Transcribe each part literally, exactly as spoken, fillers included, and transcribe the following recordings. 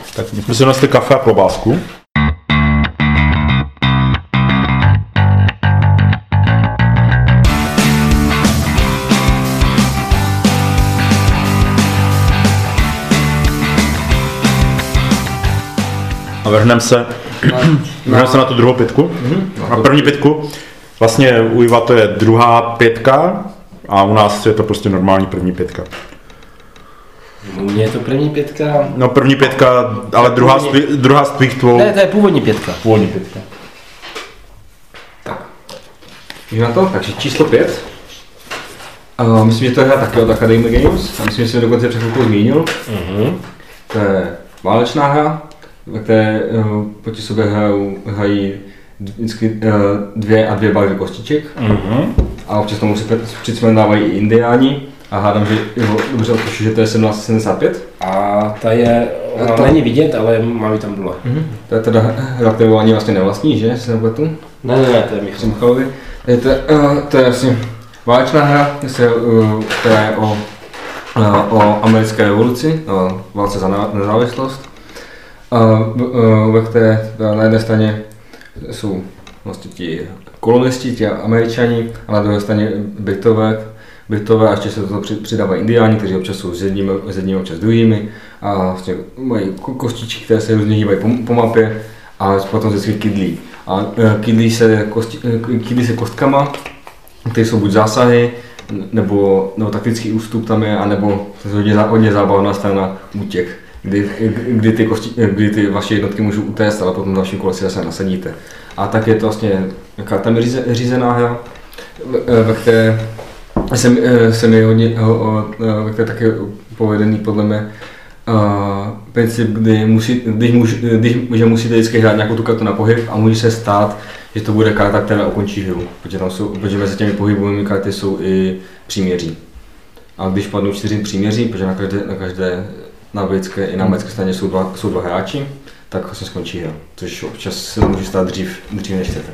Tak my jsme si donesli kafe a klobásku. A vrhneme se, vrhneme se na tu druhou pětku. Na první pětku. Vlastně u Iva to je druhá pětka a u nás je to prostě normální první pětka. U mě je to první pětka. No první pětka, ale druhá z, tvý, druhá z tvých tvou. Ne, to je původní pětka. Původní pětka. Tak. Jdu na to, takže číslo pět. Uh, myslím, že to je hra taky od Academy Games. A myslím, že jsem dokonce před chvilkou zmínil. Uh-huh. To je válečná hra, ve které uh, proti sobě hrajou, hrají vždycky uh, dvě a dvě barvy kostiček. Uh-huh. A občas tomu přicmendávají i indiáni. A hádám, že jo, dobře odpoču, že to je sedmnáct sedmdesát pět. A ta je, ona to není vidět, ale mám ji tam dole. Uh-huh. To je teda hra, kterou ani vlastně nevlastní, že? Se nepletu? Ne, ne, ne, to je Michal. Michalovi. To, uh, to je vlastně válečná hra, uh, která je o, uh, o americké revoluci, o válce za nezávislost. Uh, uh, ve které na jedné straně jsou vlastně ti kolonisti, ti Američani, a na druhé straně Britové. Britové a ještě se do toho přidávají indiáni, kteří občas jsou s jedními, s jedními občas s druhými a vlastně mají kostičky, které se různě hýbají po, po mapě a potom vždycky kydlí. A kydlí se, kosti, kydlí se kostkama, které jsou buď zásahy, nebo, nebo taktický ústup tam je, anebo hodně, hodně zábavná strana útěk, kdy, kdy, ty kosti, kdy ty vaše jednotky můžou utéct, ale potom dalším kole si zase nasadíte. A tak je to vlastně kartami řízená hra, ve které jsem, jsem je hodně, ve které taky povedený podle mě uh, princip, kdy, musí, když, muž, když že musíte vždycky hrát nějakou tu kartu na pohyb a může se stát, že to bude karta, která ukončí hru, protože, tam jsou, protože mezi těmi pohybovými karty jsou i příměří. A když padnou čtyři příměří, protože na každé, na každé na britské i na americké straně jsou dva, jsou dva hráči, tak vlastně skončí hra, což občas se může stát dřív, dřív než chcete.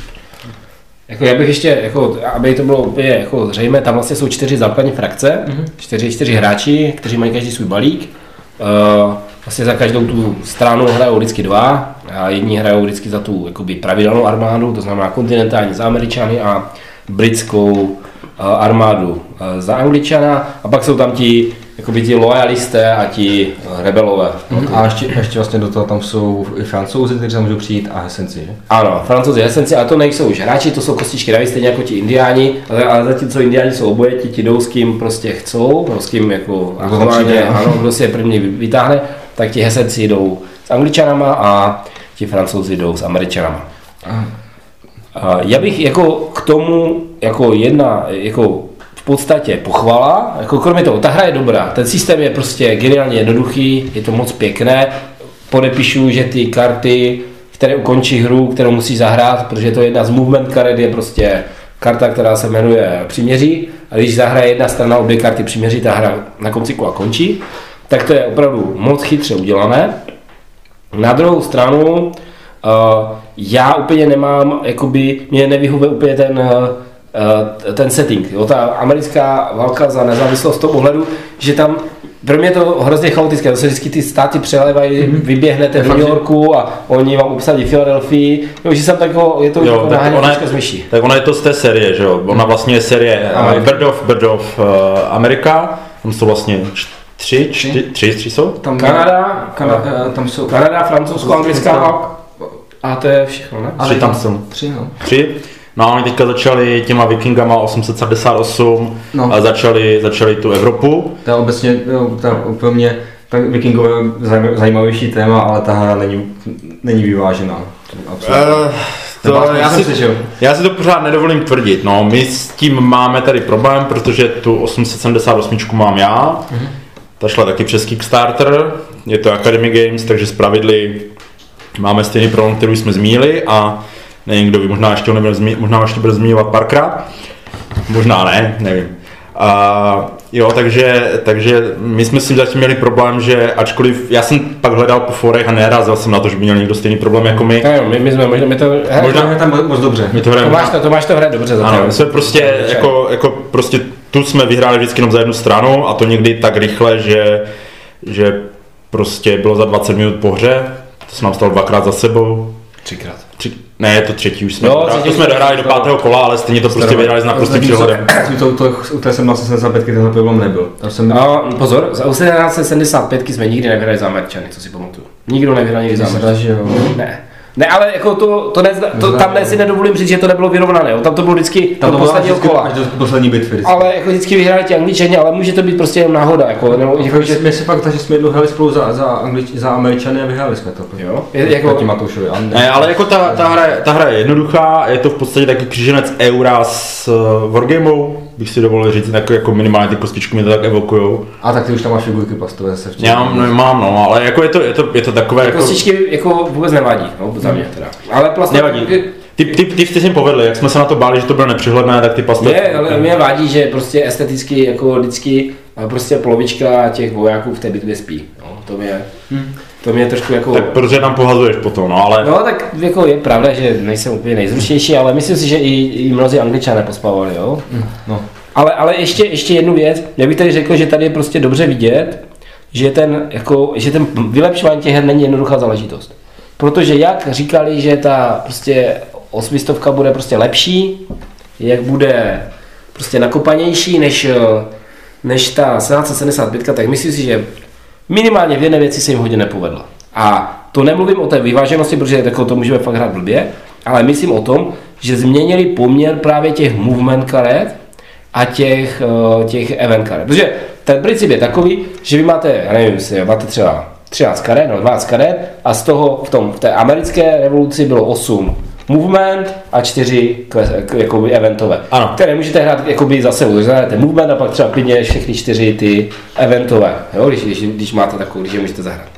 Jako já bych ještě, jako, aby to bylo úplně jako zřejmé, tam vlastně jsou čtyři základní frakce, mm-hmm. čtyři, čtyři hráči, kteří mají každý svůj balík. Uh, vlastně za každou tu stranu hrajou vždycky dva a jedni hrajou vždycky za tu jakoby, pravidelnou armádu, to znamená kontinentální za Američany a britskou uh, armádu uh, za Angličana a pak jsou tam ti jakoby ti lojalisté a ti rebelové. Mm-hmm. A ještě, ještě vlastně do toho tam jsou i Francouzi, kteří tam můžou přijít a Hesenci, že? Ano, Francouzi, Hesenci, ale to nejsou už hráči, to jsou kostičky daví stejně jako ti indiáni, ale, ale zatímco indiáni jsou oboje, ti, ti jdou s kým prostě chcou, no, s kým jako aktuálně, ano, kdo si je první vytáhne, tak ti Hesenci jdou s Angličanama a ti Francouzi jdou s Američanama. Uh. Já bych jako k tomu jako jedna, jako v podstatě pochvala, jako kromě toho, ta hra je dobrá, ten systém je prostě geniálně jednoduchý, je to moc pěkné, podepíšu, že ty karty, které ukončí hru, kterou musí zahrát, protože to je jedna z movement karet, je prostě karta, která se jmenuje příměří a když zahraje jedna strana obě karty příměří, ta hra na konci kola končí, tak to je opravdu moc chytře udělané. Na druhou stranu, uh, já úplně nemám, jakoby, mě nevyhovuje úplně ten uh, ten setting, jo, ta americká válka za nezávislost v tom ohledu, že tam pro mě je to hrozně chaotické, to se vždycky ty státy přelevají, mm-hmm. vyběhnete do New Yorku a oni vám obsadí Philadelphii, jo, že jsem takovou, je to jo, jako náhání z myší. Tak ona je to z té série, že jo, ona vlastně je série uh, Bird of, Bird of uh, Amerika, tam jsou vlastně tři, čty, tři, tři jsou? Tam Kanada, Kanada, uh, tam jsou Kanada, Francouzsko, Anglická a, a to je všechno, ne? Tři tam jsou. Tři, no. Tři? No a oni teďka začali těma Vikingama osm set sedmdesát osm no. a začali, začali tu Evropu. To je obecně, no, to je pro mě tak Vikingové zajímavější téma, ale ta hra není, není vyvážená. Uh, to, já, si, já si to pořád nedovolím tvrdit. No, my s tím máme tady problém, protože tu osm set sedmdesát osm mám já. Uh-huh. Ta šla taky přes Kickstarter, je to Academy Games, takže z pravidly máme stejný problém, který jsme zmínili a nevím, kdo by možná ještě nebyl zmi, možná ještě bude zmiňovat párkrát, možná ne, nevím. A jo, takže, takže my jsme s tím zatím měli problém, že ačkoliv, já jsem pak hledal po forech a nerazil jsem na to, že by měl někdo stejný problém jako my. No, my, my jsme, my to hraje, možná je tam moc dobře. My to hrajeme. Tomáš to, Tomáš to hraje dobře za ano, my jsme prostě, jako, jako prostě tu jsme vyhráli vždycky jenom za jednu stranu a to někdy tak rychle, že, že prostě bylo za dvacet minut po hře, to se nám stalo dvakrát za sebou. Třikrát. Tři, ne, je to třetí už jsme, no, dohráli, to jsme dohráli do pátého kola, ale stejně to prostě vyhráli s naprostým přehledem. U té sedmnáct set sedmdesát pět ten problém nebyl. Jsem... No, pozor, za sedmnáct set sedmdesát pět jsme nikdy nevyhrali za Američany, co si pamatuju. Nikdo nevyhrál nikdy za Američany. Ne. Ne, ale jako to, to, nezna, to tam ne, si nedovolím říct, že to nebylo vyrovnané, jo. Tam to bylo vždycky tam do posledního kola. Až do poslední bitvy. Vždycky. Ale jako vždycky vyhráli ti Angličani, ale může to být prostě jenom náhoda. Jako, nebo, jako, že... My si pak takže jsme jednou hráli spolu za, za, Anglič, za Američany a vyhráli jsme to. Jo? Je, jako... Proti Matoušovi. Ne, ale jako ta, ta, hra, ta hra je jednoduchá, je to v podstatě taky kříženec Eura s uh, Wargamou, bych si dovolil říct, jako, jako minimálně ty kostičky mě to tak evokujou. A tak ty už tam máš figurky plastové zase včera. Já mám, no, mám, no, ale jako je to, je to, je to takové jako... Kostičky jako vůbec nevadí, no, za mě teda. Ale plastové... Nevadí. Ty, ty, ty jste si povedli, jak jsme se na to báli, že to bylo nepřihledné, tak ty plastové... Ne, ale mě vadí, že prostě esteticky jako vždycky prostě polovička těch vojáků v té bitvě spí. No, to mě... Hmm. To mě trošku jako... Tak protože tam pohazuješ potom, no ale... No tak jako je pravda, že nejsem úplně nejzručnější, ale myslím si, že i, i mnozí Angličané pospávali, jo? No. Ale, ale ještě, ještě jednu věc, já bych tady řekl, že tady je prostě dobře vidět, že ten, jako, že ten vylepšování těch her není jednoduchá záležitost. Protože jak říkali, že ta prostě osmistovka bude prostě lepší, jak bude prostě nakopanější než, než ta sedmnáct set sedmdesát pět, tak myslím si, že minimálně v jedné věci se jim hodně nepovedla. A to nemluvím o té vyváženosti, protože jako to můžeme fakt hrát blbě, ale myslím o tom, že změnili poměr právě těch movement karet a těch, těch event karet. Protože ten princip je takový, že vy máte, já nevím, máte třeba třináct karet, no dvanáct karet a z toho v, tom, v té americké revoluci bylo osm movement a čtyři jakoby eventové, ano. Které můžete hrát jakoby za sebou, takže hrajete movement a pak třeba klidně všechny čtyři ty eventové, jo, když, když, když máte takovou, když je můžete zahrát.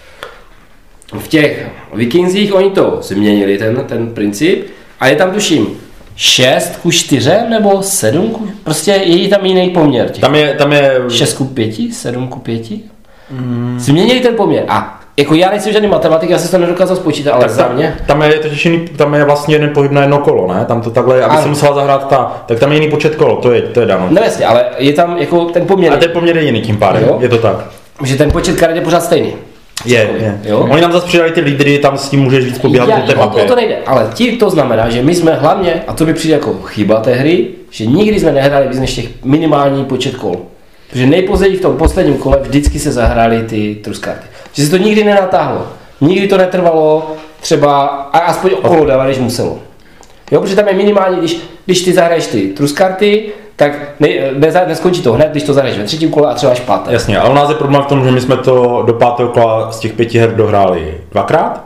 V těch Vikingzích oni to změnili, ten, ten princip, a je tam tuším šest ku čtyřem nebo sedm ku, prostě je tam jiný poměr. Těch. Tam je, tam je... šest ku pěti, sedm ku pěti. Mm. Změnili ten poměr a jako já nejsem žádný matematik, já si to nedokázal spočítat, ale tak za mě. Tam je totiž jiný, tam je vlastně jeden pohyb na jedno kolo, ne? Tam to takhle, aby se musela zahrát ta, tak tam je jiný počet kol, to je, to je dáno. No jasně, ale je tam jako ten poměr. A ten poměr je jiný tím pádem, jo? Je to tak. Že ten počet karet je pořád stejný. Je, je. Jo? Oni nám zase přidali ty lídry, tam s tím můžeš víc pobíhat po té mapě. O to nejde, ale ti to znamená, že my jsme hlavně, a to mi přijde jako chyba té hry, že nikdy jsme nehráli víc než těch minimální počet kol. Protože nejpozději v tom posledním kole vždycky se zahrály ty truskarty. Že se to nikdy nenatáhlo. Nikdy to netrvalo třeba, a aspoň okolo dala, když muselo. Jo, protože tam je minimálně, když, když ty zahraješ ty truskarty, tak ne, ne, neskončí to hned, když to zahraješ ve třetím kole a třeba až páté. Jasně, ale u nás je problém v tom, že my jsme to do pátého kola z těch pěti her dohráli dvakrát.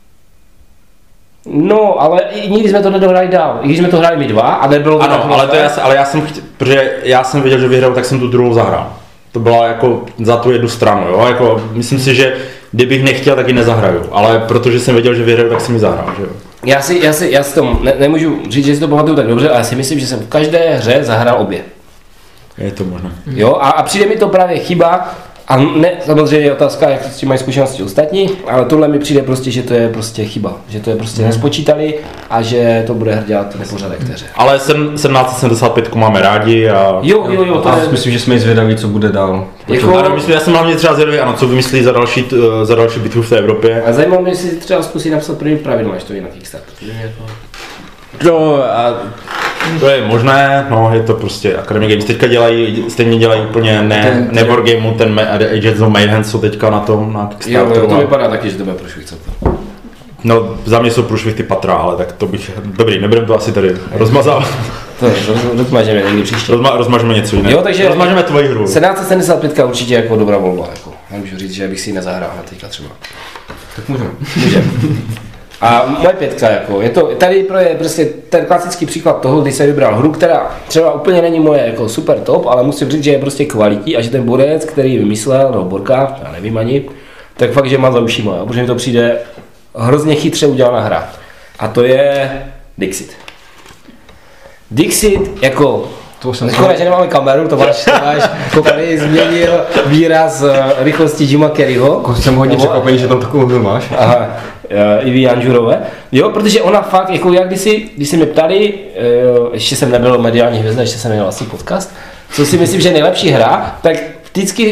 No, ale nikdy jsme to nedohráli dál. I když jsme to hráli my dva a nebylo to. Ano, ale, to já, ale já jsem chtěl, protože já jsem věděl, že vyhraju, tak jsem tu druhou zahrál. To byla jako za tu jednu stranu, jo, jako myslím si, že kdybych nechtěl, tak ji nezahraju, ale protože jsem věděl, že vyhraju, tak jsem ji zahrál, že jo. Já si, já si, já si to ne, nemůžu říct, že si to pamatuju tak dobře, ale já si myslím, že jsem v každé hře zahrál obě. Je to možné. Jo, a, a přijde mi to právě chyba, a ne, samozřejmě je otázka, jak s tím mají zkušenosti ostatní, ale tohle mi přijde prostě, že to je prostě chyba, že to je prostě hmm. nespočítali a že to bude dělat nepořádek té hře. Ale sedmnáct set sedmdesát pět máme rádi a... Jo, jo, jo, to a je... myslím, že jsme zvědaví, co bude dál. Jako... Ano, myslím, já jsem hlavně třeba zvědavý, ano, co vymyslí za další, za další bitvu v té Evropě. A zajímavé mě, jestli třeba zkusí napsat první pravidlo, až to je na Kickstarter. No, a to je možné, no, je to prostě Academy Games. Teďka dělají, stejně dělají úplně ne, ne Wargameu, ten Agents of Mayhem jsou teďka na tom, na Kickstarteru. Jo, jo, to vypadá taky, že to bude průšvih celkem. No, za mě jsou průšvih ty patra, ale tak to bych, dobrý, nebudem to asi tady rozmazat. To rozmažeme někdy příště. Rozma, rozmažeme něco jiného. Jo, takže rozmažeme tvoji hru. sedmnáct set sedmdesát pět určitě jako dobrá volba, jako. Nemůžu říct, že bych si ji nezahrál teďka třeba. Tak můžeme. Můžeme. A moje pětka, jako, je to, tady je prostě ten klasický příklad toho, kdy jsem vybral hru, která třeba úplně není moje jako super top, ale musím říct, že je prostě kvalitní a že ten borec, který vymyslel, nebo borka, já nevím ani, tak fakt, že má za ušima, protože mi to přijde hrozně chytře udělaná hra. A to je Dixit. Dixit, jako, škoda, že nemáme kameru, to máš, to máš koukali, změnil výraz rychlosti Jima Carreyho. Jsem hodně překvapený, že tam takovou hru máš. Aha. Ivy Janžurové, jo, protože ona fakt, jako jak kdysi, když se mě ptali, ještě jsem nebyl mediální hvězda, ještě jsem měl asi podcast, co si myslím, že je nejlepší hra, tak vždycky, jako,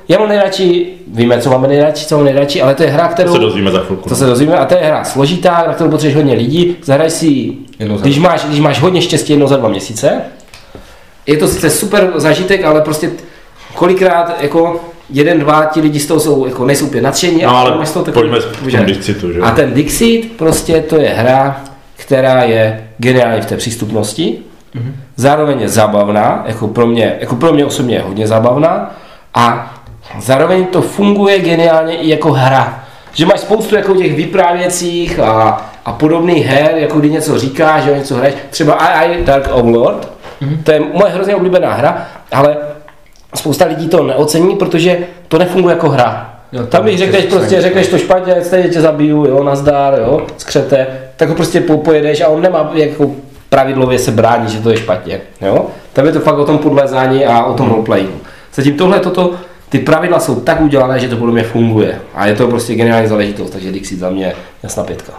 já mám nejradši, víme, co máme nejradši, co mám nejradši, ale to je hra, kterou... To se dozvíme za chvilku. To se dozvíme a to je hra složitá, na kterou potřebuješ hodně lidí, zahraj si, když máš, když máš hodně štěstí jednou za dva měsíce. Je to sice super zážitek, ale prostě kolikrát jako jeden, dva ti lidi z toho jsou, jako nejsou úplně nadšení. No ale máš toho pojďme k tomu Dixitu, že? A ten Dixit prostě to je hra, která je geniální v té přístupnosti. Mm-hmm. Zároveň je zábavná, jako pro mě, jako pro mě osobně je hodně zábavná a zároveň to funguje geniálně i jako hra. Že máš spoustu jako těch vyprávěcích a, a podobných her, jako kdy něco říkáš, že něco hraješ. Třeba I I Dark Overlord, mm-hmm. to je moje hrozně oblíbená hra, ale spousta lidí to neocení, protože to nefunguje jako hra. Jo, tam když řekneš prostě, řekneš to špatně, stejně tě zabiju, jo, nazdar, jo, skřete, tak ho prostě pojedeš a on nemá jako pravidlově se bránit, že to je špatně, jo. Tam je to fakt o tom podlézání a o tom roleplayingu. Zatím tohle, toto, ty pravidla jsou tak udělané, že to podle mě funguje. A je to prostě geniální záležitost, takže Dixit za mě jasná pětka.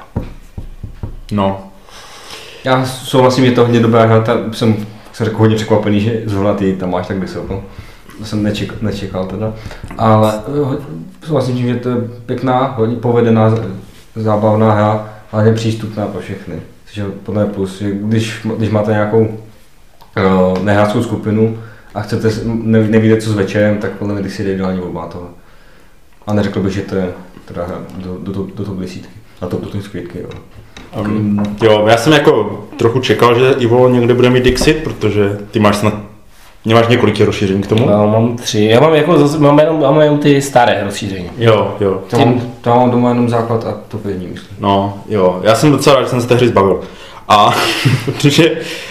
No. Já souhlasím, je to hodně dobrá hra, jsem, jsem řekl hodně překvapený, že zrovna ty tam máš tak vysoko. To jsem nečekal, nečekal teda, ale souhlasím tím, že to je pěkná, hodně povedená, zábavná hra, ale nepřístupná pro všechny. Že podle plus, že když, když máte nějakou uh, nehráčskou skupinu a chcete, ne, nevíte co s večerem, tak podle mě si jde ideální volba tohle. A neřekl bych, že to je teda hra do, do, do, do top desítky, a to do té skvětky, jo. Um, jo, já jsem jako trochu čekal, že Ivo někde bude mít Dixit, protože ty máš snad, nemáš několik rozšíření k tomu? Já mám tři, já mám jako, mám jenom, mám jenom ty staré rozšíření. Jo, jo. To mám, to mám doma jenom základ a to pění, myslím. No, jo, já jsem docela rád, že jsem se té hry zbavil. A, protože,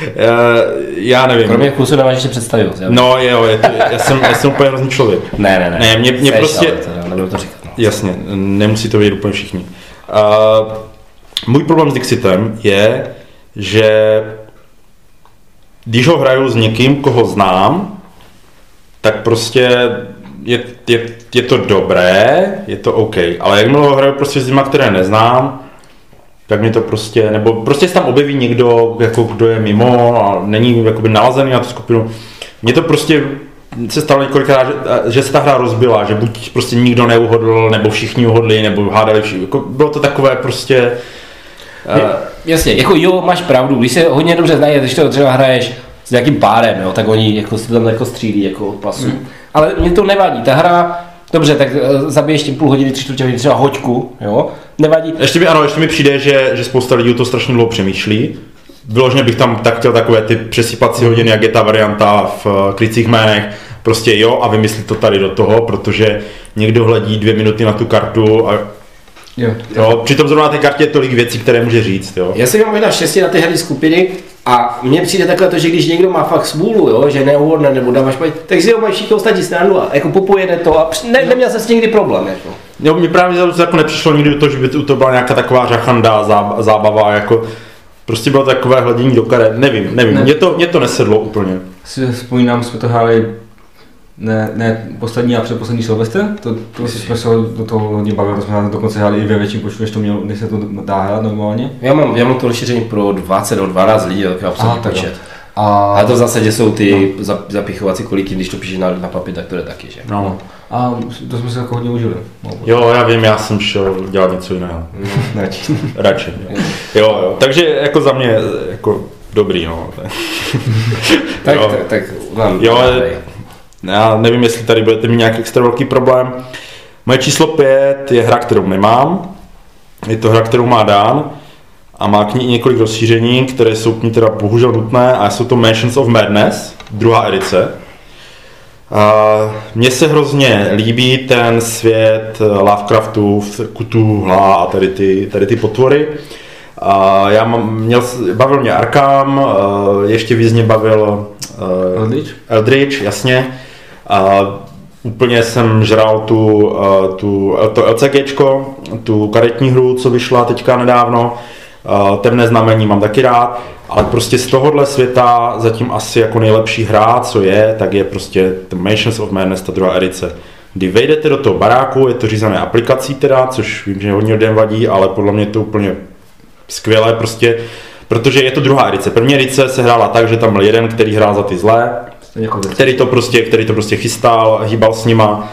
já nevím. Kromě kusu nemáš ještě představivost, jo? No, jo, je to, já, jsem, já jsem úplně hrozný člověk. Ne, ne, ne. Ne, mě, mě Seš, prostě, ale to, nebudu to říkat. No. Jasně, nemusí to vědět úplně všichni. Uh, můj problém s Dixitem je, že když ho hraju s někým, koho znám, tak prostě je, je, je to dobré, je to OK, ale jakmile ho hraju prostě s lidmi, které neznám, tak mi to prostě, nebo prostě se tam objeví někdo, jako kdo je mimo a není jakoby nalazený na tu skupinu. Mně to prostě se stalo několikrát, že, že se ta hra rozbila, že buď prostě nikdo neuhodl, nebo všichni uhodli, nebo hádali všichni. Jako bylo to takové prostě... Uh, jasně, jako jo, máš pravdu, když se hodně dobře znají, když to třeba hraješ s nějakým párem, jo, tak oni jako si tam jako střílí jako od pasu. Mm. Ale mě to nevadí, ta hra, dobře, tak zabiješ tím půl hodiny, tři čtvrtě hodiny, třeba hoďku, jo, nevadí. Ještě mi, ano, ještě mi přijde, že, že spousta lidí to strašně dlouho přemýšlí. Vyloženě bych tam tak chtěl takové ty přesýpací hodiny, jak je ta varianta v Krycích jménech. Prostě jo a vymyslit to tady do toho, protože někdo hledí dvě minuty na tu kartu a jo, jo, přitom zrovna na té kartě je tolik věcí, které může říct. Jo. Já si mám jedna štěstí na ty herní skupiny a mně přijde takhle to, že když někdo má fakt smůlu, jo, že neuhodne nebo dáváš špatně, tak si ho mají všichni ostatní stranu a jako popojede to a ne, neměl jsem s nikdy problém. Jako. Jo, mi právě jako nepřišlo nikdy do toho, že by to byla nějaká taková řachanda, zábava, jako prostě bylo takové hledění do karet, nevím, nevím, ne. mě, to, mě to nesedlo úplně. Si vzpomínám, jsme to hráli ne, ne poslední a předposlední Silvestr, to, to jsme se do toho hodně bavili, to jsme dokonce hráli i ve větším počtu, než to mělo, než se to dá hrát normálně. Já mám, já mám to rozšíření pro dvacet do dvanáct lidí, takový absolutní počet. A, a to v zásadě jsou ty no. zapichovací koliky, když to píšeš na, na papír, tak to je taky, že? No. A to jsme se jako hodně užili. Jo, já vím, já jsem šel dělat něco jiného. No, radši. Radši. Jo, jo, takže jako za mě jako dobrý, no. tak, tak, tak mám. Jo, já nevím, jestli tady budete mít nějaký extra velký problém. Moje číslo pět je hra, kterou nemám. Je to hra, kterou má Dan a má k ní i několik rozšíření, které jsou k ní teda bohužel nutné a jsou to Mansions of Madness, druhá edice. Mně se hrozně líbí ten svět Lovecraftu, Cthulhu a tady ty, tady ty potvory. A já mám, měl, bavil mě Arkham, ještě víc mě bavil Eldritch, Eldritch jasně. A úplně jsem žral tu, tu, to LCGčko, tu karetní hru, co vyšla teďka nedávno. Temné znamení mám taky rád, ale prostě z tohohle světa zatím asi jako nejlepší hra, co je, tak je prostě The Mansions of Madness, ta druhá edice. Kdy vejdete do toho baráku, je to řízené aplikací teda, což vím, že hodně lidem vadí, ale podle mě je to úplně skvělé prostě, protože je to druhá edice. První edice se hrála tak, že tam byl jeden, který hrál za ty zlé, který to prostě, který to prostě chystal, hýbal s nima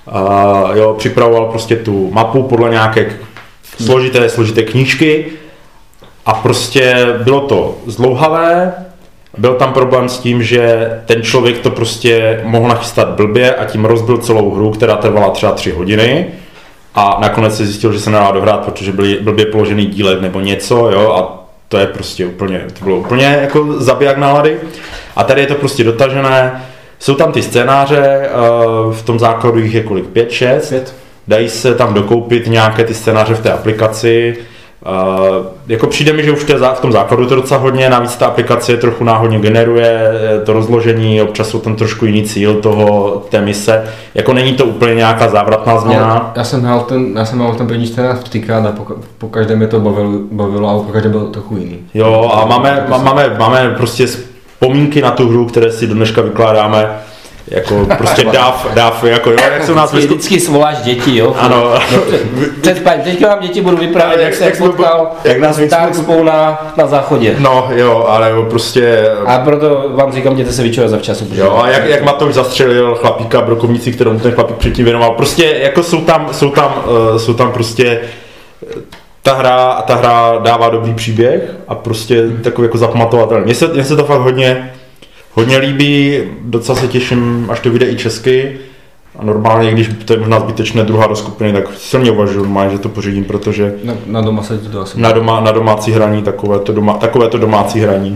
A jo, připravoval prostě tu mapu podle nějaké složité, složité knížky a prostě bylo to zdlouhavé, byl tam problém s tím, že ten člověk to prostě mohl nachystat blbě a tím rozbil celou hru, která trvala třeba tři hodiny a nakonec se zjistil, že se nedá dohrát, protože byl blbě položený dílek nebo něco, jo, a to je prostě úplně, to bylo úplně jako zabiják nálady a tady je to prostě dotažené. Jsou tam ty scénáře, v tom základu jich je kolik? Pět, šest? Pět. Dají se tam dokoupit nějaké ty scénáře v té aplikaci. Jako přijde mi, že už v tom základu to docela hodně, navíc ta aplikace trochu náhodně generuje to rozložení, občas jsou tam trošku jiný cíl toho, té mise. Jako není to úplně nějaká závratná změna. Ale já jsem hrál ten, já jsem hrál ten první scénář třikrát a po, po každém mě to bavilo, bavilo a po každém bylo trochu jiný. Jo a máme, máme, máme prostě vzpomínky na tu hru, které si do dneška vykládáme. Jako prostě dáv, dáv, jako jo, jak jsou nás vždycky, vždycky svoláš děti, jo? Ano. Předpaň, teďka vám děti budu vyprávět, jak, jak se jak potkal jak nás tak spolu na, na záchodě. No jo, ale prostě... A proto vám říkám, jděte se vyčovat zavčasu. Jo, a jak, jak Matouš zastřelil chlapíka v Brokovnici, kterému ten chlapík předtím věnoval, prostě jako jsou tam, jsou tam, uh, jsou tam prostě... Ta hra, ta hra dává dobrý příběh a prostě takový jako zapamatovatelný. Mně se, mně se to fakt hodně... Hodně líbí, docela se těším, až to vyjde i česky. A normálně, když to je možná zbytečné druhá do skupiny, tak silně uvažuji normálně, že to pořídím, protože... Na, na doma se to asi... Na, doma, na domácí hraní, takové to, doma, takové to domácí hraní.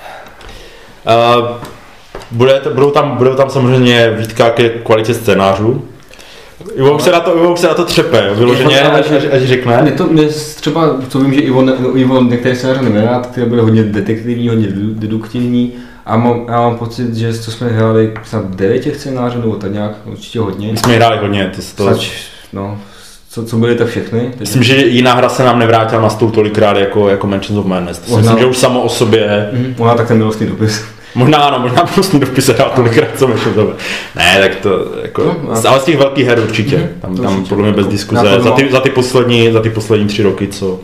Uh, bude, budou, tam, budou tam samozřejmě výtka ke kvalitě scénářů. Ivo už se na to, Ivo už se na to třepe, vyloženě, až, až, až řekne. Mě to, mě třeba, co vím, že Ivo, Ivo některé scénáře nemá rád, které bude hodně detektivní, hodně deduktivní. A mám, já mám pocit, že co jsme hráli snad devět těch scénářů, nebo tak nějak, určitě hodně. My jsme hráli hodně, to, to... no, co, co byly to všechny. Myslím, že jiná hra se nám nevrátila na stůl tolikrát jako, jako Mansions of Madness. To myslím, že už samo o sobě... Mm-hmm. Možná tak ten milostný dopis. Možná ano, možná milostný dopis se hrál tolikrát, co Mansions of Madness. Ne, tak to jako... No, ale z těch velkých her určitě. Mm-hmm. Tam, tam určitě. Podle mě bez diskuze. Za ty, za, ty poslední, za ty poslední tři roky, co...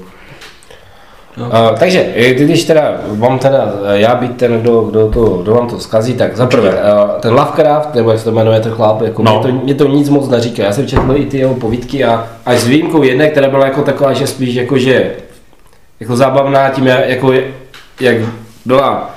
No. Uh, takže, když teda mám teda já být ten, kdo, kdo, to, kdo vám to zkazí, tak zaprvé, uh, ten Lovecraft, nebo jak se to jmenuje ten chlap, jako no. mě, to, mě to nic moc neříká. Já jsem četl i ty jeho povídky a až s výjimkou jedné, která byla jako taková, že spíš jakože, jako zábavná tím, jako, jak byla,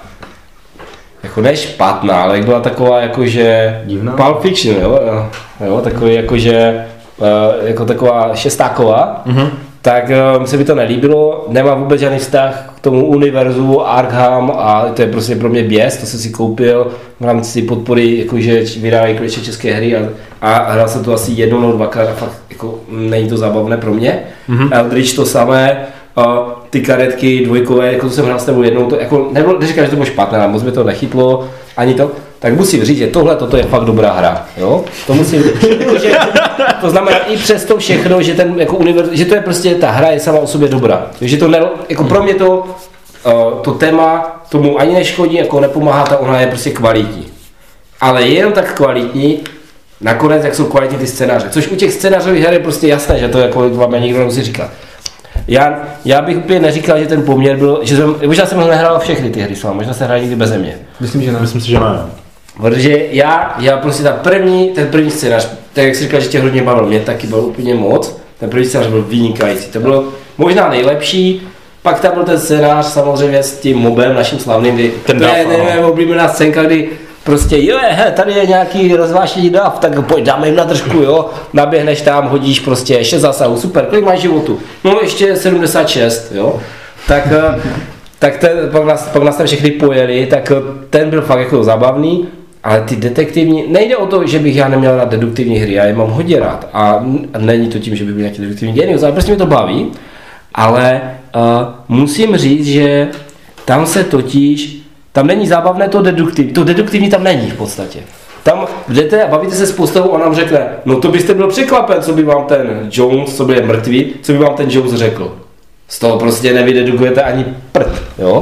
jako ne špatná, ale jak byla taková jakože Pulp Fiction, jo, jo takový jakože, uh, jako taková šestáková. Mm-hmm. Tak um, se mi to nelíbilo, nemám vůbec žádný vztah k tomu univerzu Arkham a to je prostě pro mě běs, to jsem si koupil v rámci podpory, jakože vydávají konečně české hry a, a hrál jsem to asi jednou nebo dvakrát a fakt jako není to zábavné pro mě. Mm-hmm. Eldritch to samé, uh, ty karetky dvojkové, jako to jsem hrál s tebou jednou, to jako nebylo, neříkám, že to bylo špatné, ale moc mi to nechytlo, ani to. Tak musím říct, že tohle toto je fakt dobrá hra, jo? To musím říct, jako, že, to znamená i přes to všechno, že ten jako univerz, že to je prostě, ta hra je sama o sobě dobrá. Takže to ne, jako pro mě to, uh, to téma tomu ani neškodí, jako nepomáhá, ta ona je prostě kvalitní. Ale je jenom tak kvalitní, nakonec jak jsou kvalitní ty scénáře, což u těch scénářových her je prostě jasné, že to jako vám nikdo nemusí říkat. Já, já bych úplně neříkal, že ten poměr byl, že jsem, možná jsem nehrál všechny ty hry s vámi, možná jsem hrál nikdy beze mě. Myslím, že ne. Myslím si, že ne. Protože já, já prostě ta první, ten první scénář, tak jak jsi říkal, že tě hodně bavil, mě taky byl úplně moc, ten první scénář byl vynikající, to bylo možná nejlepší, pak tam byl ten scénář samozřejmě s tím mobem naším slavným, kdy ten to je nevím, oblíbená scénka, kdy prostě jo, he, tady je nějaký rozvášený dav, tak pojď dáme jim na držku, jo, naběhneš tam, hodíš prostě šest zásahů, super, kolik máš životu? No ještě sedmdesát šest, jo, tak... tak ten, pak, nás, pak nás tam všechny pojeli, tak ten byl fakt jako zábavný, ale ty detektivní, nejde o to, že bych já neměl rád deduktivní hry, já je mám hodně rád a není to tím, že by byl nějaký deduktivní genius, ale prostě mě to baví, ale uh, musím říct, že tam se totiž, tam není zábavné to deduktivní, to deduktivní tam není v podstatě. Tam jdete a bavíte se s postavou, on nám řekne, no to byste byl překvapen, co by vám ten Jones, co by je mrtvý, co by vám ten Jones řekl. Z toho prostě nevydedukujete ani prd, jo?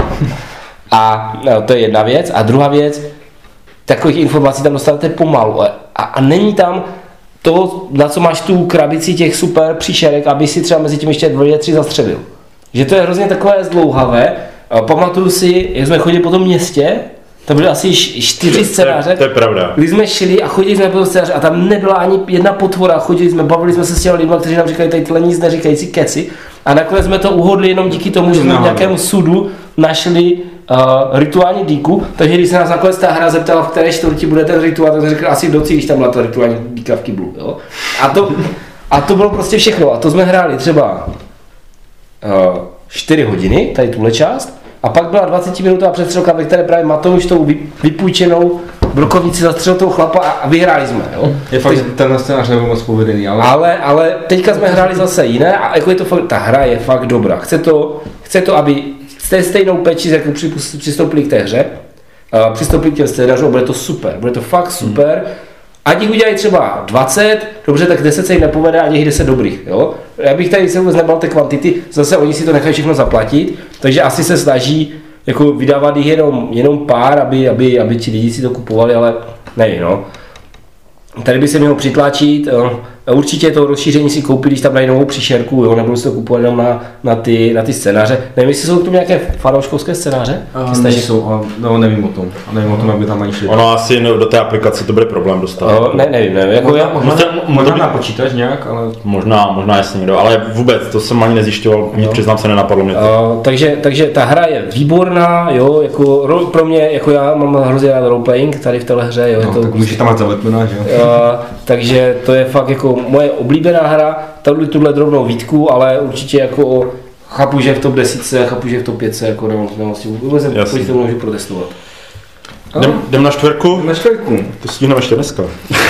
A no, to je jedna věc. A druhá věc, takových informací tam dostanete pomalu. A, a není tam to, na co máš tu krabici těch super příšerek, aby si třeba mezi tím ještě dvě, tři zastřelil. Že to je hrozně takové zdlouhavé. Pamatuju si, jak jsme chodili po tom městě To byly asi čtyři scénáře. To je pravda. Kdy jsme šli a chodili jsme po scénáře a tam nebyla ani jedna potvora, chodili jsme, bavili jsme se s těmi lidmi, kteří nám říkali tady tyhle nic neříkající keci. A nakonec jsme to uhodli jenom díky tomu, že jsme v nějakém sudu našli uh, rituální díku, takže když se nás nakonec ta hra zeptala, v které čtvrti bude ten rituál, tak jsme řekli asi v noci, když tam byla ta rituální díka v kyblu. Jo? A, to, a to bylo prostě všechno. A to jsme hráli třeba uh, čtyři hodiny, tady tuhle část, a pak byla dvacetiminutová přestřelka, ve které právě Matouš tou vypůjčenou brokovnici zastřelil toho chlapa a vyhráli jsme. Jo? Je fakt, že ten scénář nebyl moc povedený, ale... ale... Ale teďka jsme hráli zase jiné a jako je to fakt, ta hra je fakt dobrá. Chce to, chce to aby jste stejnou péči, jako přistoupili k té hře, uh, přistoupili k těm scénářům, bude to super, bude to fakt super. Hmm. Ať jich udělají třeba dvacet, dobře, tak deset se jim nepovede a těch deset dobrých. Jo? Já bych tady se vůbec nebal té kvantity, zase oni si to nechají všechno zaplatit, takže asi se snaží jako vydávat jich jenom, jenom pár, aby, aby, aby ti lidi si to kupovali, ale nevím, no. Tady by se mělo přitlačit, určitě to rozšíření si koupit, když tam dají novou příšerku, jo, nebudu si to kupovat jenom na, na, ty, na ty scénáře. Nevím, jestli jsou k tomu nějaké fanouškovské scénáře? Uh, nejsou, no nevím o tom, nevím o tom, jak by tam ani šli. Ono asi do té aplikace to bude problém dostat. Uh, ne, nevím, nevím. Jako možná, já, možná, možná, možná na počítač nějak, ale... Možná, možná jestli někdo, ale vůbec, to jsem ani nezjišťoval, no. Přiznám se, nenapadlo mě to. Uh, takže, takže ta hra je výborná, jo, jako pro mě, jako já mám hrozně rád roleplaying tady v téhle hře, jo. No, to, tak můžeš tam mít zaletmená, že jo. Uh, takže to je fakt jako moje oblíbená hra, tahle tuhle drobnou výtku, ale určitě jako chápu, že v top desítce, chápu, že v top pětce, jako nemůžu vůbec to můžu protestovat. Jdem, jdem na čtvrku? Na čtvrku. To stihneme ještě dneska.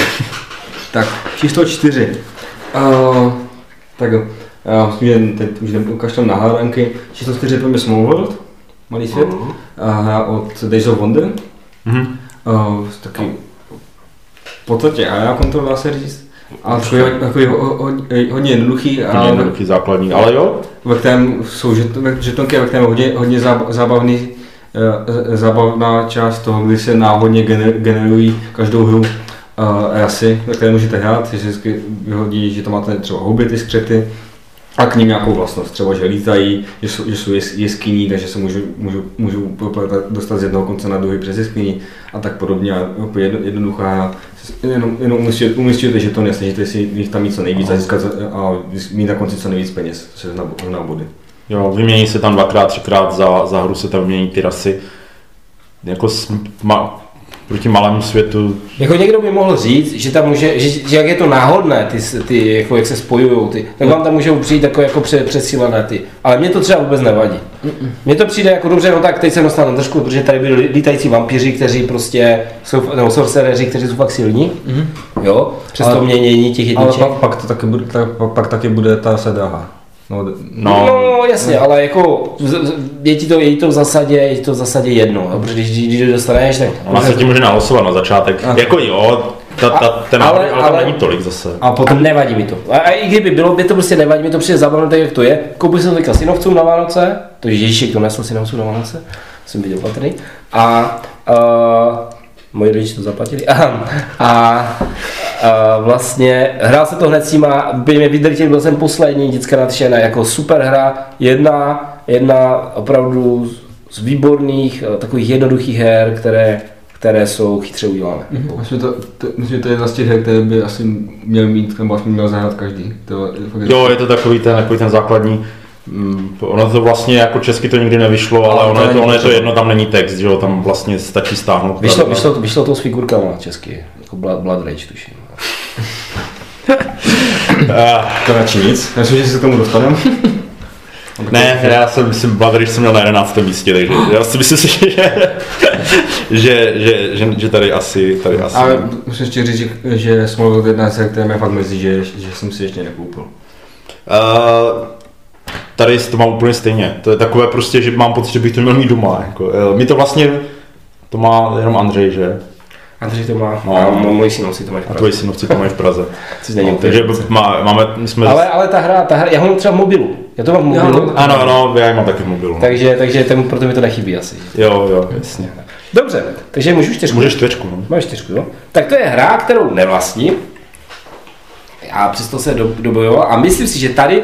Tak, číslo čtyři. Uh, tak jo, já myslím, že teď už jdem ukažtem na hádanky. Číslo čtyři je pro mě Small World, Malý svět, uh, od Days of Wonder. Uh-huh. Uh, taky v podstatě a já kontrol, dá se říct. A takový, takový hodně, hodně jednoduchý. Hodně jednoduchý, základní, ale jo. Ve kterém jsou žetonky, ve kterém hodně, hodně zábavný, zábavná část toho, kdy se náhodně generují každou hru rasy, ve které můžete hrát, že vždycky vyhodí, že tam máte třeba houby, ty skřety a k ním nějakou vlastnost, třeba že lítají, že jsou, že jsou jeskyní, takže se můžu, můžu, můžu dostat z jednoho konce na druhý přes jeskyní a tak podobně. A jedno, jednoduchá, jenom, jenom umístujete žetony a snažíte si jich tam mít co nejvíc a získat a mít na konci co nejvíc peněz, což je na body. Jo, vymění se tam dvakrát, třikrát za, za hru se tam vymění ty rasy. Jako ma, proti malému světu. Jako někdo by mohl říct, že tam může, že, že jak je to náhodné, ty, ty jako jak se spojujou ty, tak vám tam můžou přijít jako, jako přesílené ty. Ale mě to třeba vůbec nevadí. Mně to přijde jako dobře, no tak teď jsem dostal na držku, protože tady byli lítající vampíři, kteří prostě jsou, nebo sorcereři, kteří jsou fakt silní. Mm-hmm. Jo, přes to měnění těch jedniček. Ale pak, pak, to taky bude, tak, pak taky bude ta sedaha. No, no, no jasně, no. Ale jako je ti to, je to v zasadě, je to v zasadě jedno, protože když, když dostaneš, tak... Ona se ti může nahlasovat na začátek, a jako jo, ta, ta, ten ale, ale, ale tam není tolik zase. A potom nevadí mi to. A, a i kdyby bylo, by to prostě nevadí, mi to přijde zábavné tak, jak to je. Koupil jsem to teďka synovcům na Vánoce, to Ježíšek to nesl synovcům na Vánoce, jsem viděl patrný. A... Uh, moji rodiče to zaplatili. A, a, a vlastně hrál se to hned s nima, by mě vydrtil, byl jsem poslední, děcka nadšená, jako super hra, jedna, jedna opravdu z výborných, takových jednoduchých her, které, které jsou chytře udělané. Mm-hmm. Myslím, to, to, myslím, že to je jedna z těch her, které by asi měl mít, nebo aspoň měl zahrát každý. To je, jo, je to takový ten, takový ten základní. Ono to vlastně jako česky to nikdy nevyšlo, ale ono je to, ono je to jedno, tam není text, že jo, tam vlastně stačí stáhnout. Vyšlo, vyšlo, vyšlo to s figurkama česky, jako Blood, Blood Rage tuším. To radši nic, myslím, že se k tomu dostaneme. Ne, já jsem myslím, Blood Rage jsem měl na jedenáctém místě, takže já si myslím, že, že, že, že, že tady asi, tady asi. Ale musím ještě říct, že, že Small World jedna se, která mě fakt mrzí, že, že jsem si ještě nekoupil. Uh, Tady to mám úplně stejně. To je takové prostě, že mám pocit, že bych to měl mít doma. Jako, mi to vlastně, to má jenom Andřej, že? Andřej to má, no, a moji synovci to mají v Praze. A tvoji synovci to mají v Praze. no, takže má, máme, my jsme... Ale, ale ta hra, ta hra, já ho mám třeba v mobilu. Já to mám v mobilu. Já, ano, ano, já ji mám taky v mobilu. No. Takže, takže ten, proto mi to nechybí asi. Jo, jo, jasně. Dobře, takže můžu čtyřku. Můžeš čtyřku, no. Máš čtyřku, jo. Tak to je hra, kterou nevlastním. A přesto se do, dobojoval a myslím si, že tady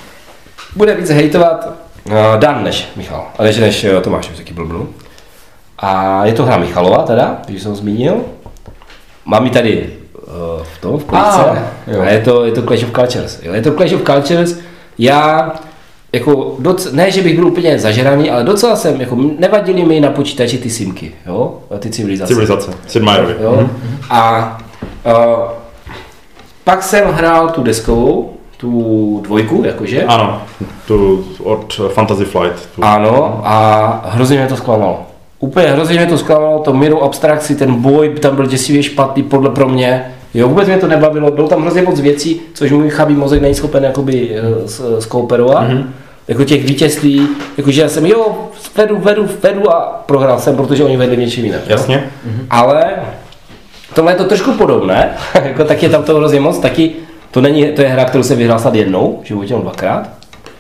bude víc hejtovat uh, Dan než Michal, a než, než uh, Tomáš, už taky blbnu. A je to hra Michalova teda, když jsem zmínil. Mám ji tady uh, v tom, v klíčce. A, a je to, je to Clash of Cultures. Jo, je to Clash of Cultures. Já jako doc, ne, že bych byl úplně zažraný, ale docela jsem, jako nevadily mi na počítači ty simky, jo, ty civilizace. Civilizace, Sid Meiervi. Jo. Mm-hmm. A uh, pak jsem hrál tu deskovou, tu dvojku, jakože. Ano, tu od Fantasy Flight. Tu. Ano, a hrozně mě to zklamalo. Úplně hrozně mě to zklamalo, to mírou abstrakci, ten boj tam byl děsivě špatný podle pro mě. Jo, vůbec mě to nebavilo, bylo tam hrozně moc věcí, což můj chabý mozek není schopen jakoby skooperovat. Mm-hmm. Jako těch vítězství, jakože já jsem jo, vedu, vedu, vedu a prohrál jsem, protože oni vedli něčím jiným. Jasně. Mm-hmm. Ale tohle je to trošku podobné, jako tak je tam to hrozně moc, taky to není, to je hra, kterou jsem vyhrál snad jednou, v životě dvakrát.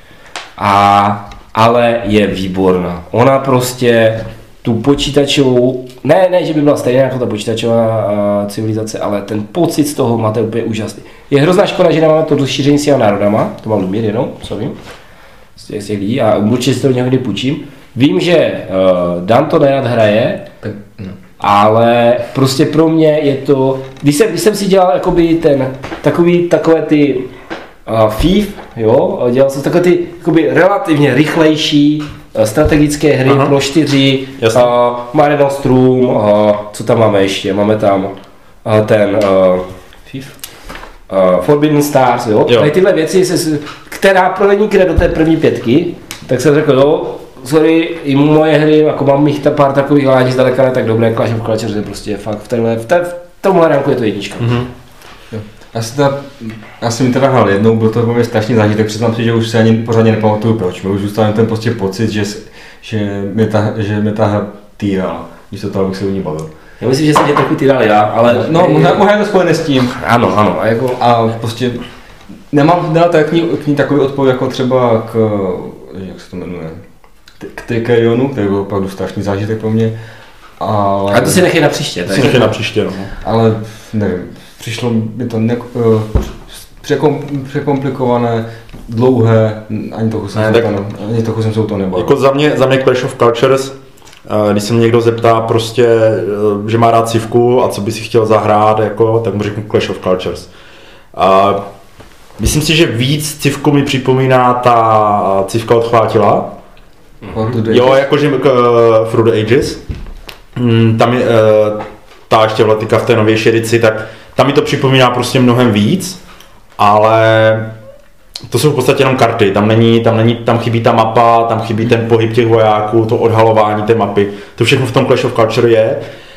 A, ale je výborná. Ona prostě tu počítačovou, ne, ne, že by byla stejná jako ta počítačová uh, civilizace, ale ten pocit z toho máte úplně úžasný. Je hrozná škoda, že nemáme to rozšíření s těma národama, to mám Lumír jenom, co vím, z těch, z těch lidí a určitě si to někdy půjčím. Vím, že uh, Dan to nerad hraje, tak, no. Ale prostě pro mě je to, když jsem, když jsem si dělal jakoby ten, takový, takové ty uh, F I F, jo, dělal jsem takové ty jakoby relativně rychlejší uh, strategické hry. Aha. Pro čtyři, uh, Mare Nostrum, uh, co tam máme ještě, máme tam uh, ten uh, F I F, uh, Forbidden Stars, jo, jo. Tady tyhle věci, se, která provedníky do té první pětky, tak jsem řekl, jo, sorry, i moje hry, jako mám jich ta pár takových, ale ani zdaleka ne tak dobré, Clash of Cultures je prostě fakt v, téhle, v, té, v tomhle ranku je to jednička. Mm-hmm. Já, si teda, já jsem ji teda hrál jednou, byl to pro mě strašný zážitek, přiznám si, že už se ani pořádně nepamatuju proč, mě už zůstal ten prostě pocit, že, že mě ta, že mě ta hra týrala, když to toho bych se u ní bavil. Já myslím, že jsem tě trochu týral já, ale... No, možná je to spojené s tím. Ano, ano. A, jako... a prostě nemám dát k ní, k ní takový odpověď jako třeba k, jak se to jmenuje, k Trikerionu, který byl opravdu strašný zážitek pro mě. Ale... A to si nechej na příště. To si nechej na příště, no. Ale nevím, přišlo mi to ne, uh, překom, překomplikované, dlouhé, ani trochu jsem, ne, tak, to, ani trochu jsem se to nebavil. Jako za mě, za mě Clash of Cultures, uh, když se mě někdo zeptá prostě, uh, že má rád civku a co by si chtěl zahrát, jako, tak mu řeknu Clash of Cultures. Uh, myslím si, že víc civku mi připomíná ta civka od Chvátila. Mm-hmm. Jo, jakože uh, Through the Ages. Mm, tam je uh, ta ještě vlatika v té novější edici, tak tam mi to připomíná prostě mnohem víc, ale to jsou v podstatě jenom karty, tam není, tam není, tam chybí ta mapa, tam chybí ten pohyb těch vojáků, to odhalování té mapy, to všechno v tom Clash of Culture je.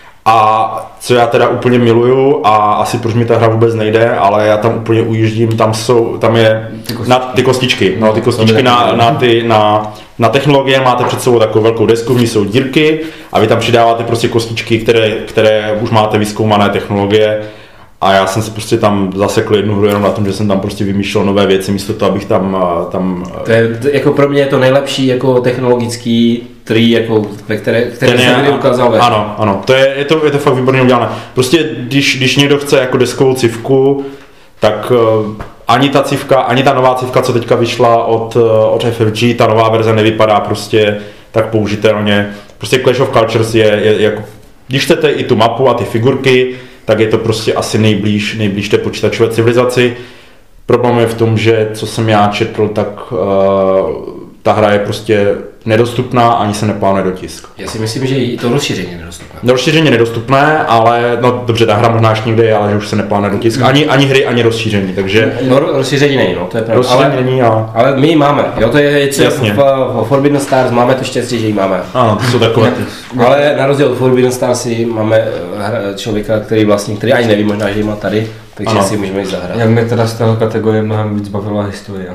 A co já teda úplně miluju a asi proč mi ta hra vůbec nejde, ale já tam úplně ujíždím, tam jsou, tam je ty kostičky, na, ty kostičky, no, ty kostičky na, na, ty, na, na technologie máte před sebou takovou velkou desku, v ní jsou dírky a vy tam přidáváte prostě kostičky, které, které už máte vyzkoumané technologie a já jsem se prostě tam zasekl jednu hru jenom na tom, že jsem tam prostě vymýšlel nové věci místo toho, abych tam... tam to je, jako pro mě je to nejlepší jako technologický tree, jako, ve které, které jsem kdy ukázal. Ano, ano, to je, je, to, je to fakt výborně udělané. Prostě když, když někdo chce jako deskovou civku, tak uh, ani ta civka, ani ta nová civka, co teďka vyšla od, uh, od F F G, ta nová verze nevypadá prostě tak použitelně. Prostě Clash of Cultures je, je jako, když chcete i tu mapu a ty figurky, tak je to prostě asi nejblíž, nejblíž té počítačové civilizaci. Problém je v tom, že co jsem já četl, tak uh, ta hra je prostě nedostupná, ani se neplánuje dotisk. Já si myslím, že i to rozšíření je nedostupné. Rozšíření je nedostupné, ale no dobře, ta hra možná ještě někde je, ale že už se neplánuje dotisk. Mm. Ani, ani hry, ani rozšíření, takže... No rozšíření není, no, to je pravda. Rozšíření ale, není, a... ale my ji máme, jo, to je co v, v Forbidden Stars máme to štěstí, že ji máme. Ano, to jsou takové ty... Ale na rozdíl od Forbidden Stars máme člověka, který vlastně, který ani neví možná, že ji má tady, takže ano. Si můžeme jít zahrát. Jak mě teda z téhle kategorie mnohem víc bavila historie.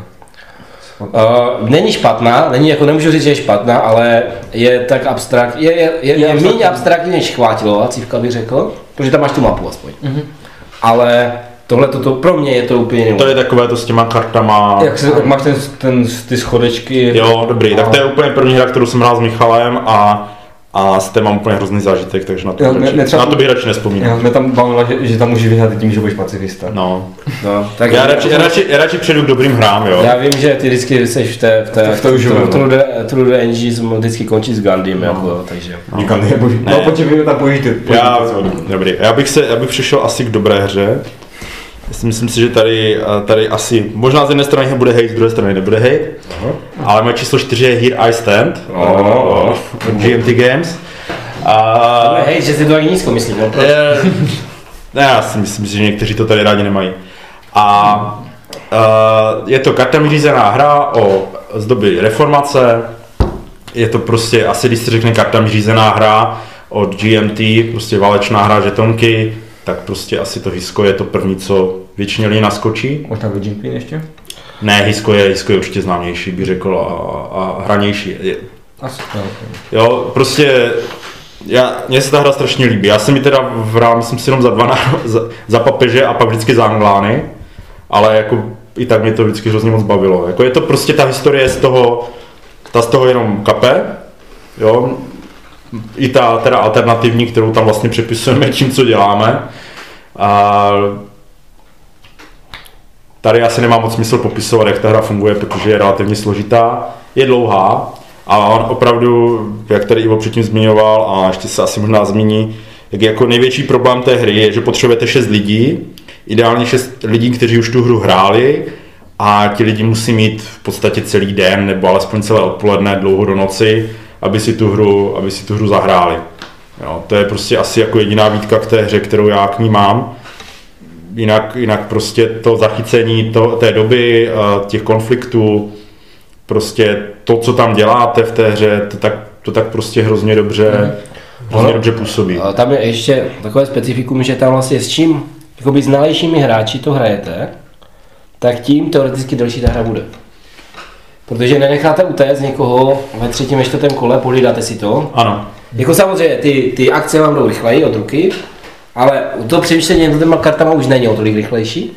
Uh, není špatná, není jako nemůžu říct, že je špatná, ale je tak abstrakt, je, je, je, je, je méně abstraktní než Chvátilová cívka, bych řekl, protože tam máš tu mapu aspoň. Mm-hmm. Ale tohle to pro mě je to úplně jiné. To je takové to s těma kartama. Jak, se, jak máš ten, ten, ty schodečky. Jo, dobrý, a... tak to je úplně první hra, kterou jsem hrál s Michalem a A s tím mám úplně hrozný zážitek, takže na to, Jo, radši, ne- netřeba- na to bych radši nespomínal. Jo, mě tam bavilo, že, že tam můžeš vyhrát tím, že budeš pacifista. No. No, tak Já radši, já, radši, já radši přejdu k dobrým hrám, jo. Já vím, že ty vždycky jsi v té, v té, V té už True- jo, no. True True the Engines vždycky končí s Gandhim, jako, jo, takže. Říkám, ne, boží. Ne. No, pojď, vy tam pojíždět. Já, dobrý. Já bych, se, já bych přišel asi k dobré hře. Myslím si, že tady, tady asi, možná z jedné strany bude hate, z druhé strany nebude hate, uh-huh. ale moje číslo čtyři je Here I Stand, Oh. od G M T Games. A, Hej, že si to ani nízko myslím, no, proč? je, ne, já si myslím, že někteří to tady rádi nemají. A uh, je to kartami řízená hra o, z doby reformace, je to prostě, asi když se řekne kartami řízená hra od G M T, prostě válečná hra žetonky, tak prostě asi to Hisko je to první, co většině lidí naskočí. Možná Virgin Queen ještě? Ne, Hisko je, Hisko je určitě známější, bych řekl, a, a hranější. Je, Asi to. jo, prostě, já, mně se ta hra strašně líbí. Já jsem ji teda hrál, myslím si jenom za dva náro, za, za papeže a pak vždycky za Anglány, ale jako i tak mě to vždycky hrozně moc bavilo. Jako je to prostě ta historie z toho, ta z toho jenom kape, jo, i ta teda alternativní, kterou tam vlastně přepisujeme tím, co děláme. A tady asi nemá moc smysl popisovat, jak ta hra funguje, protože je relativně složitá, je dlouhá a on opravdu, jak tady Ivo předtím zmiňoval a ještě se asi možná zmíní, jak jako největší problém té hry je, že potřebujete šest lidí, ideálně šest lidí, kteří už tu hru hráli a ti lidi musí mít v podstatě celý den nebo alespoň celé odpoledne, dlouho do noci, aby si tu hru, aby si tu hru zahráli. Jo, to je prostě asi jako jediná výtka k té hře, kterou já k ní mám. Jinak, jinak prostě to zachycení to, té doby, těch konfliktů, prostě to, co tam děláte v té hře, to tak, to tak prostě hrozně dobře, hmm. hrozně dobře působí. A tam je ještě takové specifikum, že tam vlastně s čím, jakoby s nalejšími hráči to hrajete, tak tím teoreticky delší ta hra bude. Protože nenecháte utéct někoho ve třetím, ve čtvrtém kole, pohlídáte si to. Ano. Jako samozřejmě ty, ty akce vám jdou rychleji od ruky, ale to přemýšlení nad těma kartama už není o tolik rychlejší.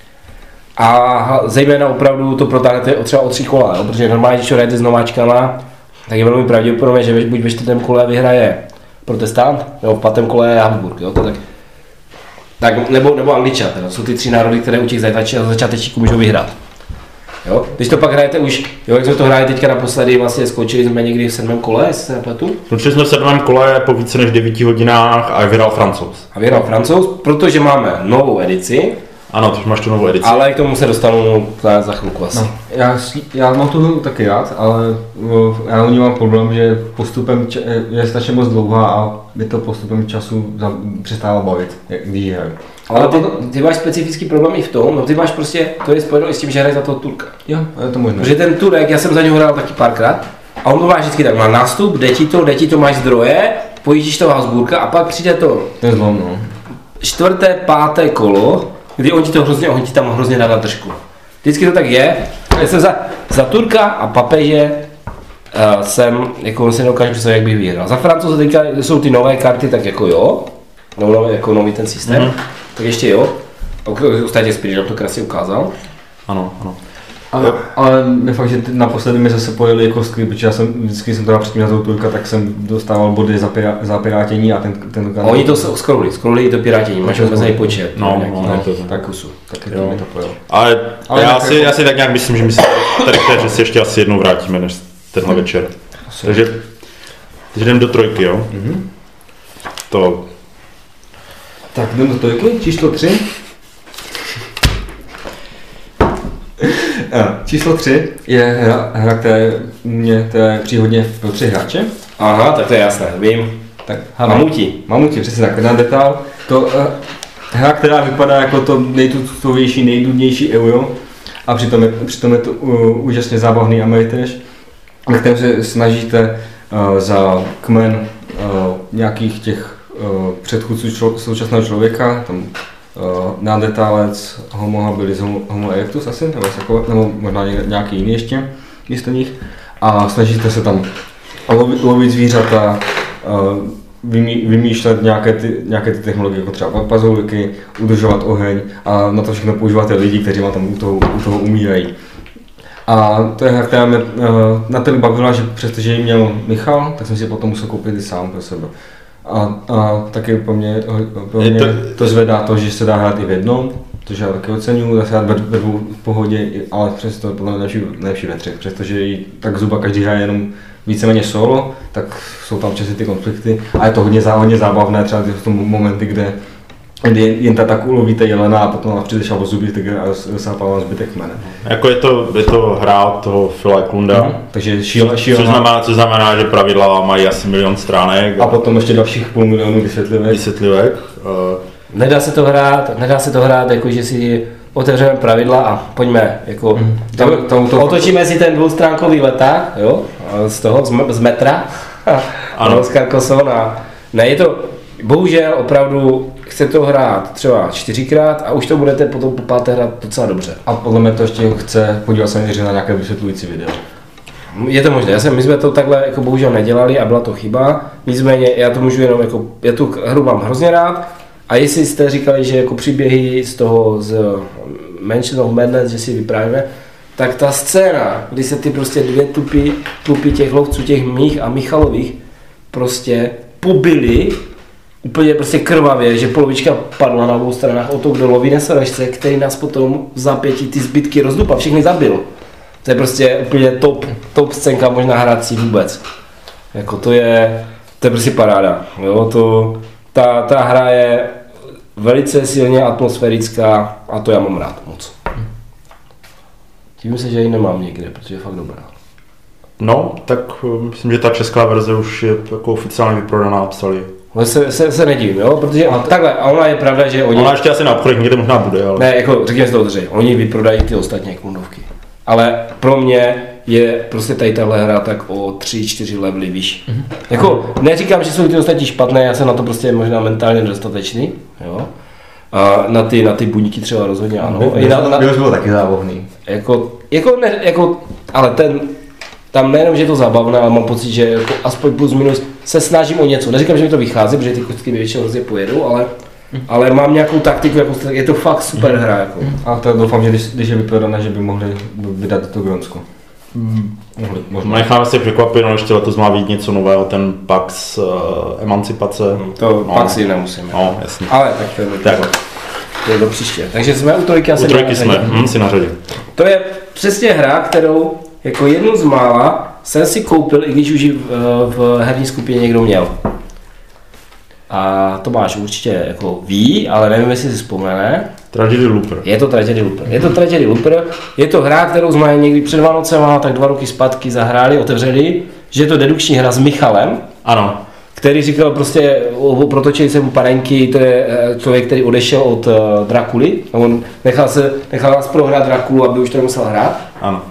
A zejména opravdu to protáhnete třeba o tři kola, jo? Protože normálně, když hrajete s nováčkama, tak je velmi pravděpodobné, že buď ve čtvrtém kole vyhraje Protestant, nebo v pátém kole je Habsburg, jo? To tak, tak, nebo, nebo Angličan, teda jsou ty tři národy, které u těch začátečníků můžou vyhrát. Jo? Když to pak hrajete už, jo, jak jsme to hráli teďka naposledy, vlastně skončili jsme někdy v sedmém kole, jestli se nepletu. Skončili jsme v sedmém kole po více než devíti hodinách a vyhrál Francouz. A vyhrál Francouz, protože máme novou edici. Ano, teď máš tu novou edici. Ale k tomu se dostanu za, za chvilku asi. No, já, já mám tu hru taky rád, ale já u ní mám problém, že postupem č- je strašně moc dlouhá a mě to postupem času za, přestává bavit, když ji hraju. Ale ty, ty máš specifický problém i v tom, no ty máš prostě, to je spojeno i s tím, že hraješ za toho Turka. Jo, je to možné. Protože ten Turek, já jsem za něho hrál taky párkrát, a on to má vždycky tak, má nástup, jde ti to, jde ti to, máš zdroje, pojíždíš toho Habsburka a pak přijde to ten zlom, no. čtvrté, páté kolo, kdy on ti to hrozně, on ti tam hrozně dává držku. Vždycky to tak je, já jsem za, za Turka a papeže uh, jsem, jako si neukážu představit, jak bych vyhrál. Za Francouze teďka jsou ty nové karty, tak jako jo, no, no, jako nový ten systém, mm-hmm. tak ještě jo. Ostatně Spirit to krásně ukázal. Ano, ano. Ale, ale je fakt, že naposledy mi zase pojeli kostky, protože já jsem vždycky jsem teda předtím na toho Turka, tak jsem dostával body za, pirá, za pirátění a ten, ten A oni to scrollují, scrollují to pirátění, máš omezený počet. No, nějaký, no, no, to tak. tak kusu. Taky to mi to pojel. Ale, ale já, tak si, jako... já si tak nějak myslím, že my se tady k té hře se ještě asi jednou vrátíme než tenhle hmm. večer. Asi. Takže, takže jdem do trojky, jo? Mm-hmm. To... Tak jdem do trojky, číslo tři. Číslo tři je hra, hra která je mě která je příhodně pro tři hráče. Aha, tak to je jasné, vím. Tak, Mamuti. Mamuti, přesně tak, na detail. To uh, hra, která vypadá jako to nejtutovější, nejdudnější euro a přitom je, přitom je to uh, úžasně zábavný amatéř, ve kterém se snažíte uh, za kmen uh, nějakých těch uh, předchůdců člo, současného člověka, tam Uh, Neandertálec, Homo habilis, Homo, homo erectus asi, nebo, jako, nebo možná nějaký jiný ještě místo nich. A snažíte se tam lovit, lovit zvířata, uh, vymý, vymýšlet nějaké ty, nějaké ty technologie, jako třeba pazoulky, udržovat oheň a na to všechno používáte lidi, kteří vám tam u toho, u toho umírají. A to je hra, která mě na tebe bavila, že přestože ji měl Michal, tak jsem si potom musel koupit i sám pro sebe. A, a taky po mně, po mně to, to zvedá to, že se dá hrát i v jednom, což já taky oceňuji, zase hrát ve dvou v pohodě, ale přesto je podle mě lepší, lepší ve třech, přestože ji tak zhruba každý hraje jenom víceméně solo, tak jsou tam časy ty konflikty a je to hodně, hodně zábavné, třeba ty v tom momenty, kde kdy jen ta tak ulovíte jelena a potom přijde šabo zuby a sápá vám zbytek kmene. Jako je to, je to hra od toho Phila Eklunda, no, takže šíle, šíle, což znamená, co znamená, že pravidla mají asi milion stránek. A, a potom ještě dalších půl milionu vysvětlivek. vysvětlivek. Nedá se to hrát, nedá se to hrát, jako že si otevřeme pravidla a pojďme, jako mm. tam, tam to otočíme si ten dvoustránkový leták, jo, z toho, z, z metra, ano, z Carcassonne a ne, je to, bohužel opravdu chce to hrát třeba čtyřikrát a už to budete potom po páté hrát docela dobře. A podle mě to ještě chce podívat se nejdřív na nějaké vysvětlující video. Je to možné, já jsem, my jsme to takhle jako bohužel nedělali a byla to chyba, nicméně já to můžu jenom jako, já tu hru mám hrozně rád a jestli jste říkali, že jako příběhy z toho z Mansion of Madness, že si vyprávíme, tak ta scéna, kdy se ty prostě dvě tupy, tupy těch lovců, těch mých a Michalových prostě pobili úplně prostě krvavě, že polovička padla na obou stranách o to, kdo loví nesorožce, který nás potom v zápětí ty zbytky rozdupal, všechny zabil. To je prostě úplně top, top scénka možná hrací vůbec. Jako to je, to je prostě paráda. Jo? To, ta, ta hra je velice silně atmosférická a to já mám rád moc. Tím se, že ji nemám někde, protože je fakt dobrá. No, tak myslím, že ta česká verze už je jako oficiálně vyprodaná, psali. Ale se, se, se nedivím, jo, protože a takhle, a ona je pravda, že oni... Ona ještě asi na obchodech někde možná bude, ale... Ne, jako řekněme si to dobře, oni vyprodají ty ostatní kundovky. Ale pro mě je prostě tady tahle hra tak o tři čtyři levely výš. Mm-hmm. Jako neříkám, že jsou ty ostatní špatné, já jsem na to prostě možná mentálně nedostatečný, jo. A na ty, na ty buňky třeba rozhodně ano. By, na, na, by bylo taky zábavný. Jako, jako, ne, jako, ale ten, tam nejenom, že je to zábavné, ale mám pocit, že jako aspoň plus minus se snažím o něco. Neříkám, že mi to vychází, protože ty kostky většinou hrozně pojedou, ale, ale mám nějakou taktiku, jako, je to fakt super hra. Jako. A to doufám, že když, když je vyprodané, že by mohli vydat to Grónsko. Hmm. Možná. Necháme se překvapit, no ještě letos má být něco nového, ten Pax uh, Emancipace. To no. Pax si nemusíme. No, jasně. Ale tak to je, tak. To je do příště. Takže jsme u trojky asi U trojky jsme, hm, si na řadě. To je přesně hra, kterou jako jednu z mála jsem si koupil, i když už ji v, v herní skupině někdo měl. A Tomáš určitě jako ví, ale nevím, jestli si vzpomene. Tragedy Looper. Je to Tragedy Looper. Je to Tragedy Looper. Je to hra, kterou jsme někdy před Vánocema, tak dva roky zpátky zahráli, otevřeli, že je to dedukční hra s Michalem. Ano. Který říkal prostě, protočili se mu panenky, to je člověk, který odešel od uh, Drakuly. On nechal, se, nechal nás prohrát Drakulu, aby už to nemusel hrát. Ano.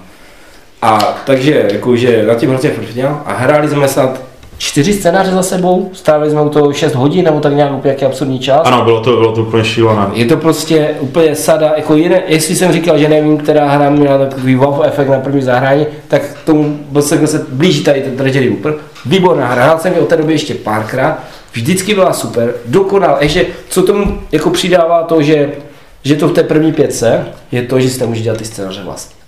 A takže jakože na tím hrozně frfňal a hráli jsme snad čtyři scénáře za sebou, strávili jsme u toho šest hodin nebo tak nějak úplně absurdní čas. Ano, bylo to, bylo to úplně šílené. Je to prostě úplně sada, jako jiné, jestli jsem říkal, že nevím, která hra měla takový wow efekt na první zahrání, tak tomu se, se blíží tady ten Tragedy Looper. Výborná hra, hrál jsem ji od té doby ještě párkrát, vždycky byla super, dokonal, ještě co tomu jako přidává to, že, že to v té první pětce je to, že si tam může dělat ty scénáře vlastně.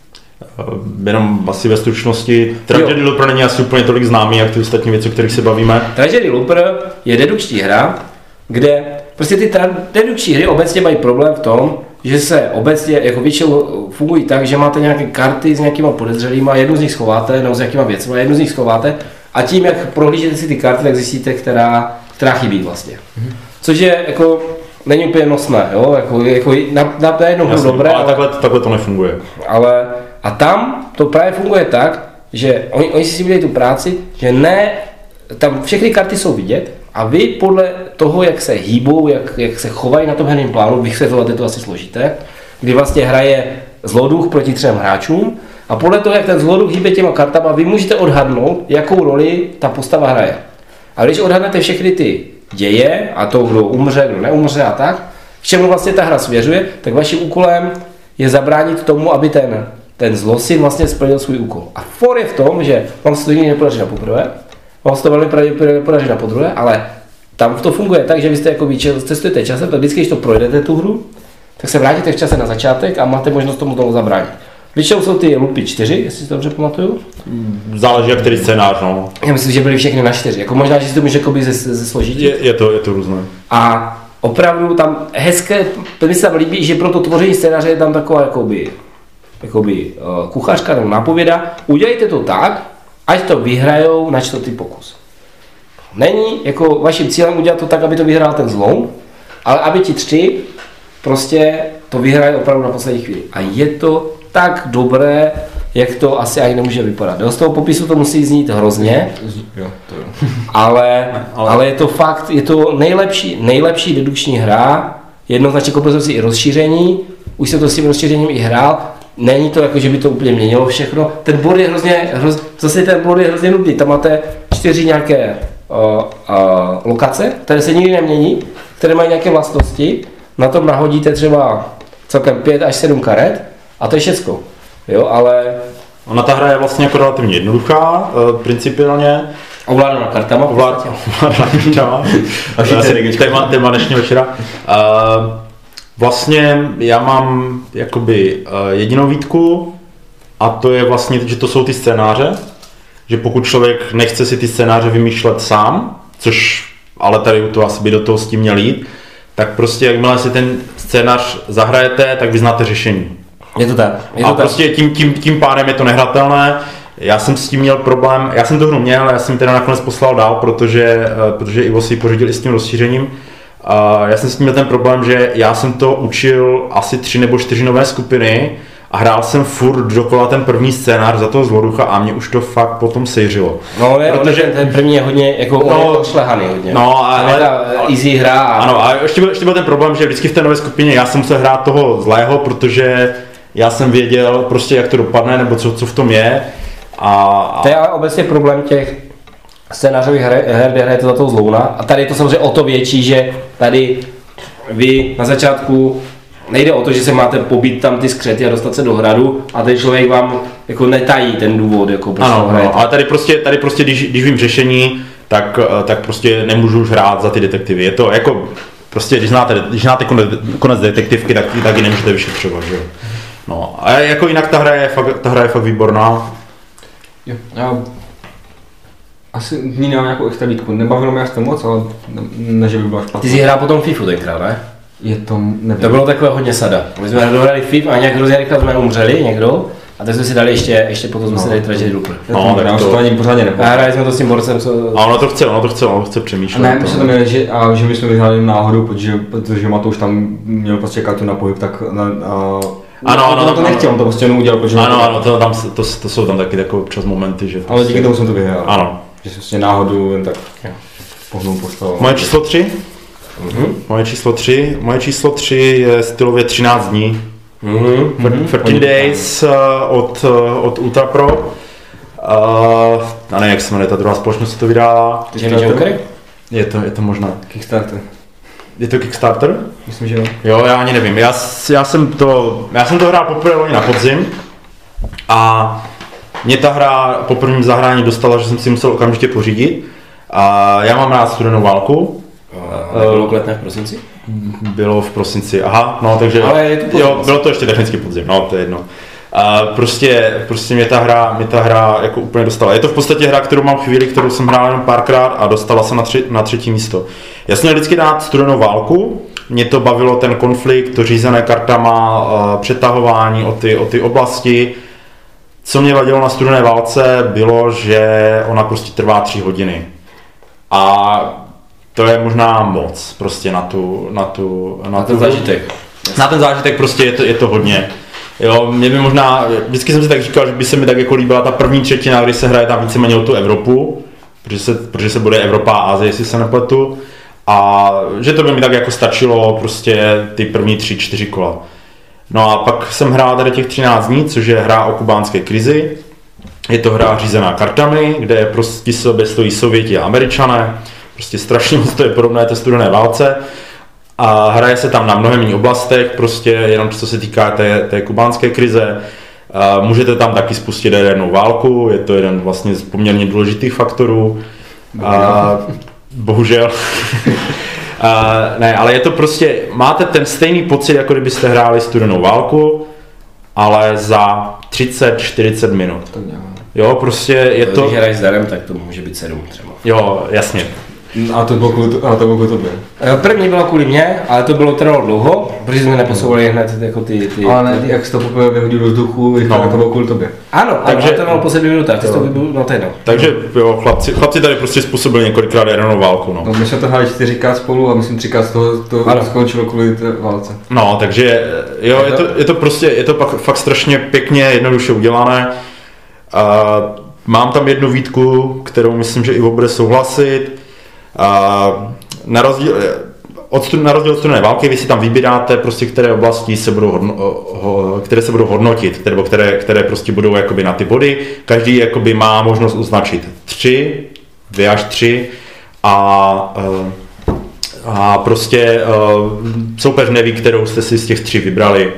Jenom asi ve stručnosti, Tragedy Looper není asi úplně tolik známý, jak ty ostatní věci, o kterých se bavíme. Tragedy Looper je dedukční hra, kde prostě ty dedukční hry obecně mají problém v tom, že se obecně jako většinou fungují tak, že máte nějaké karty s nějakýma podezřelýma, jednu z nich schováte, nebo s nějakýma věcmi, jednu z nich schováte a tím, jak prohlížíte si ty karty, tak zjistíte, která, která chybí vlastně. Mm-hmm. Což je jako není úplně nosné, jo, jako, jako na, na jednu hru dobré, ale takhle, takhle to nefunguje. Ale a tam to právě funguje tak, že oni, oni si si udělají tu práci, že ne, tam všechny karty jsou vidět a vy podle toho, jak se hýbou, jak, jak se chovají na tom herním plánu, vysvětlovat je to asi složité, kdy vlastně hraje zloduch proti třem hráčům a podle toho, jak ten zloduch hýbe těma kartama, vy můžete odhadnout, jakou roli ta postava hraje. A když odhadnete všechny ty děje a to, kdo umře, kdo neumře a tak, k čemu vlastně ta hra svěřuje, tak vaším úkolem je zabránit tomu, aby ten ten zlosin vlastně splnil svůj úkol. A for je v tom, že vám se to nikdy nepodaří na poprvé, vám se to velmi pravděpodobně nepodaří na podruhé, ale tam to funguje tak, že vy jste jako cestujete časem, tak vždycky, když to projdete tu hru, tak se vrátíte v čase na začátek a máte možnost tomu tomu zabránit. Většinou jsou ty lupy čtyři, jestli si to dobře pamatuju. Záleží, jak který scénář, no. Já myslím, že byly všechny na čtyři, jako možná, že si to může jakoby ze, ze složití. Je, je, to, je to různé. A opravdu tam hezké, to mi se tam líbí, že pro to tvoření scénáře je tam taková jakoby, jakoby uh, kuchařka nebo nápověda. Udělejte to tak, ať to vyhrajou na čtvrtý pokus. Není jako vaším cílem udělat to tak, aby to vyhrál ten zlom, ale aby ti tři prostě to vyhrají opravdu na poslední chvíli. A je to tak dobré, jak to asi ani nemůže vypadat. Z toho popisu to musí znít hrozně, Jo, to jo. ale, ale je to fakt, je to nejlepší, nejlepší dedukční hra, jednoznačně koupil jsem si i rozšíření, už jsem to s tím rozšířením i hrál, není to jako, že by to úplně měnilo všechno, ten board je hrozně, hroz, zase ten board je hrozně nudný, tam máte čtyři nějaké uh, uh, lokace, které se nikdy nemění, které mají nějaké vlastnosti, na tom nahodíte třeba celkem pět až sedm karet a to je všecko, jo, ale... Ona ta hra je vlastně jako relativně jednoduchá, uh, principiálně. Ovládaná kartama. Ovládaná kartama. téma, téma dnešního večera. Uh, vlastně já mám jakoby uh, jedinou výtku a to je vlastně, že to jsou ty scénáře, že pokud člověk nechce si ty scénáře vymýšlet sám, což ale tady to asi by do toho s tím měl jít, tak prostě jakmile si ten scénář zahrajete, tak vy znáte řešení. Je to tak. Je to a tak. prostě tím, tím, tím pádem je to nehratelné. Já jsem s tím měl problém, já jsem to hru měl, já jsem teda nakonec poslal dál, protože, protože Ivo si pořídil i s tím rozšířením. A já jsem s tím měl ten problém, že já jsem to učil asi tři nebo čtyři nové skupiny a hrál jsem furt dokola ten první scénář za toho zloducha a mě už to fakt potom sejřilo. No, je, protože ten, ten první je hodně, jako no, šlehaný hodně. No, ale, ta easy hra. A... Ano, a ještě byl, ještě byl ten problém, že vždycky v té nové skupině já jsem musel hrát toho zlého, protože já jsem věděl prostě, jak to dopadne, nebo co, co v tom je. A... To je ale obecně problém těch scénářových her, her, kde hrajete za toho zlouna. A tady je to samozřejmě o to větší, že tady vy na začátku nejde o to, že se máte pobít tam ty skřety a dostat se do hradu a ten člověk vám jako netají ten důvod, jako proč ano, to hrajete. No, ale tady prostě, tady prostě když, když vím řešení, tak, tak prostě nemůžu už hrát za ty detektivy. Je to jako, prostě když znáte, když znáte konec, konec detektivky, tak taky nemůžete vyšetřovat, že jo. No, a jako jinak ta hra je fakt, ta hra je fakt výborná. Jo, já asi ní nemám nějakou extra výtku, nebavilo mě až to moc, ale ne, ne že by byla špatná. Ty jsi hrál potom FIFU tenkrát, ne? Je to, nevím. To bylo takové hodně sada. My jsme dohrali FIF a nějak hrozně rychle jsme umřeli někdo a tak jsme si dali ještě, ještě potom jsme no, si dali Tragedy Looper. No, tak to, to ani pořádně nepočítám. A hráli jsme to s tím borcem, co... A ono to chce, ono to chce, ono chce přemýšlet. Ne, myslím, to že, a, že bychom vyhráli náhodou, protože, protože Matouš tam měl prostě kartu na pohyb, tak na, a, ano, ano, to, to nechtěl, on to prostě jenom udělal, protože... Ano, ano, to, tam, to, to jsou tam taky takové občas momenty, že... Ale díky tomu jsem to vyhrál. Ano. Že jsem prostě náhodou jen tak pohnul postavou. Moje číslo tři? Mm-hmm. Moje číslo tři? Moje číslo tři je stylově třináct dní. Mm-hmm. třináct Days uh, od, uh, od Ultra Pro. Uh, a ne, jak se jmenuje ta druhá společnost, co to vydává? Jamie Joker? Je to, je to možná. Kickstarter. Je to Kickstarter? Myslím, že jo. Jo, já ani nevím. Já, já, jsem to, já jsem to hrál poprvé loni na podzim a mě ta hra po prvním zahrání dostala, že jsem si musel okamžitě pořídit. A já mám rád studenou válku. Bylo kletné v prosinci? Bylo v prosinci, aha, no takže, ale je to jo, bylo to ještě technicky podzim, no to je jedno. A prostě, prostě mě ta hra, mě ta hra jako úplně dostala. Je to v podstatě hra, kterou mám chvíli, kterou jsem hrál jenom párkrát a dostala se na, tři, na třetí místo. Já jsem měl vždycky dát studenou válku, mě to bavilo ten konflikt, to řízené kartama, přetahování o ty, o ty oblasti. Co mě vadilo na studené válce, bylo, že ona prostě trvá tři hodiny. A to je možná moc prostě na tu, na tu, na, na ten tu, zážitek. Na ten zážitek prostě je to, je to hodně. Jo, mě by možná, vždycky jsem si tak říkal, že by se mi tak jako líbila ta první třetina, kdy se hraje tam víceméně o tu Evropu, protože se, protože se bude Evropa a Asie, jestli se nepletu. A že to by mi tak jako stačilo prostě ty první tři, čtyři kola. No a pak jsem hrál tady těch třináct dní, což je hra o kubánské krizi. Je to hra řízená kartami, kde prostě sobě stojí Sověti a Američané. Prostě strašně moc to je podobné té studené válce. A hraje se tam na mnohem méně oblastech, prostě jenom co se týká té, té kubánské krize. A můžete tam taky spustit jadernou válku, je to jeden vlastně z poměrně důležitých faktorů. A, bohužel. A, ne, ale je to prostě, máte ten stejný pocit, jako kdybyste hráli studenou válku, ale za třicet čtyřicet minut. To dělá. Jo, prostě je to... Když hraješ s darem, tak to může být sedm třeba. Jo, jasně. A to bylo kvůli, a to bylo kvůli tobě. První bylo kvůli mě, ale to bylo trvalo dlouho, protože jsme neposouvali hned jako ty... ty ale ne, ty... jak jsi to poprvé vyhodil do vzduchu, no. Tak to bylo kvůli tobě. Ano, takže to bylo po sedmi minutách, ty jsi to vybil na týden. Takže jo, chlapci, chlapci tady prostě způsobili několikrát jadernou válku. No. No, my jsme to hráli čtyřikrát spolu a myslím třikrát z toho to ano. Skončilo kvůli té válce. No, takže jo, je to, je to prostě, je to pak fakt strašně pěkně, jednoduše udělané. A mám tam jednu výtku, kterou myslím, že Ivo bude souhlasit. A na rozdíl, od, na rozdíl od studené války vy si tam vybíráte, prostě, které oblasti se budou, hodno, ho, které se budou hodnotit, nebo které, které prostě budou jakoby na ty body. Každý jakoby má možnost označit tři, dvě až tři a, a prostě soupeř neví, kterou jste si z těch tří vybrali.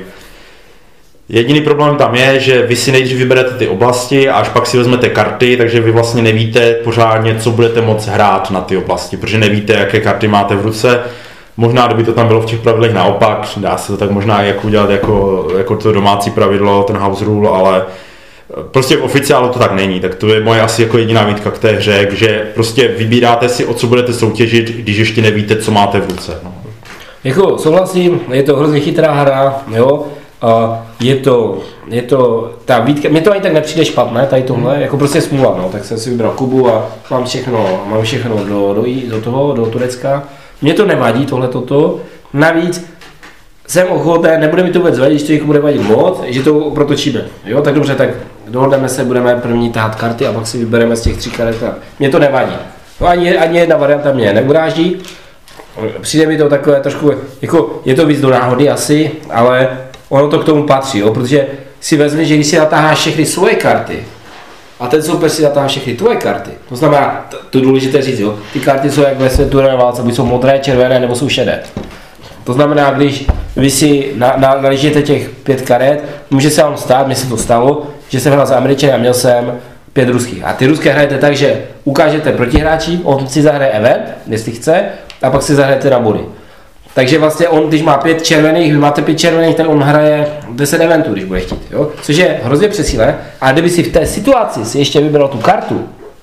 Jediný problém tam je, že vy si nejdřív vyberete ty oblasti a až pak si vezmete karty, takže vy vlastně nevíte pořádně, co budete moct hrát na ty oblasti, protože nevíte, jaké karty máte v ruce. Možná, kdyby to tam bylo v těch pravidlech naopak, dá se to tak možná jak udělat jako, jako to domácí pravidlo, ten house rule, ale prostě v oficiálu to tak není. Tak to je moje asi jako jediná výtka k té hře, že prostě vybíráte si, o co budete soutěžit, když ještě nevíte, co máte v ruce. No. Jako souhlasím, je to hrozně chytrá hra, jo. Uh, je to, je to, ta výtka, mně to ani tak nepřijde špatné, tady tohle, jako prostě smůla, no, tak jsem si vybral Kubu a mám všechno, mám všechno do, do, do toho, do Turecka. Mně to nevadí, tohle toto, navíc jsem ochoten, nebude mi to vůbec vadit, když to jako bude vadit moc, že to protočíme, jo, tak dobře, tak dohodneme se, budeme první tahat karty a pak si vybereme z těch tří karet a mně to nevadí. No, ani, ani jedna varianta mě neuráží, přijde mi to takové trošku, jako je to víc do náhody asi, ale ono to k tomu patří, jo, protože si vezmi, že když si natáháš všechny svoje karty a ten soupeř si natáhá všechny tvoje karty, to znamená, to, to důležité říct, jo, ty karty jsou jak ve světové válce, buď jsou modré, červené nebo jsou šedé. To znamená, když vy si na, na, nalížete těch pět karet, může se vám stát, mně se to stalo, že jsem hrál za Američany a měl jsem pět ruských. A ty ruské hrajete tak, že ukážete protihráči, on si zahraje event, jestli chce, a pak si zahrajete na body. Takže vlastně on, když má pět červených, vy máte pět červených, tak on hraje deset eventů, když bude chtít, jo? Což je hrozně přesílé. A kdyby si v té situaci si ještě vybral tu kartu,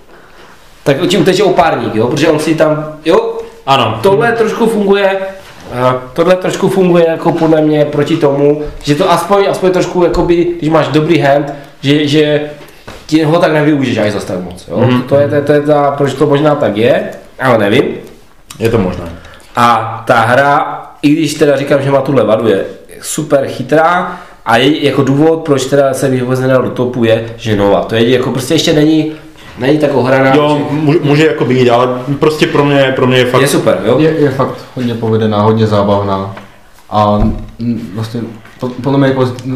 tak ti uteče opárník, jo? Protože on si tam, jo? Ano. Tohle trošku funguje, tohle trošku funguje jako podle mě proti tomu, že to aspoň, aspoň trošku, jakoby, když máš dobrý hand, že, že ti ho tak nevyužiješ až zase tak moc, jo? Mm-hmm. To je, to, to je ta, proč to možná tak je, ale nevím. Je to možné. A ta hra, i když teda říkám, že má tuhle vadu, je super chytrá a je jako důvod, proč teda se mi vůbec nedal do topu, je, že nová. To je jako prostě ještě není, není tak ohraná. Jo, může jako být, ale prostě pro mě, pro mě je fakt... Je super, jo? Je, je fakt hodně povedená, hodně zábavná a vlastně podle mě je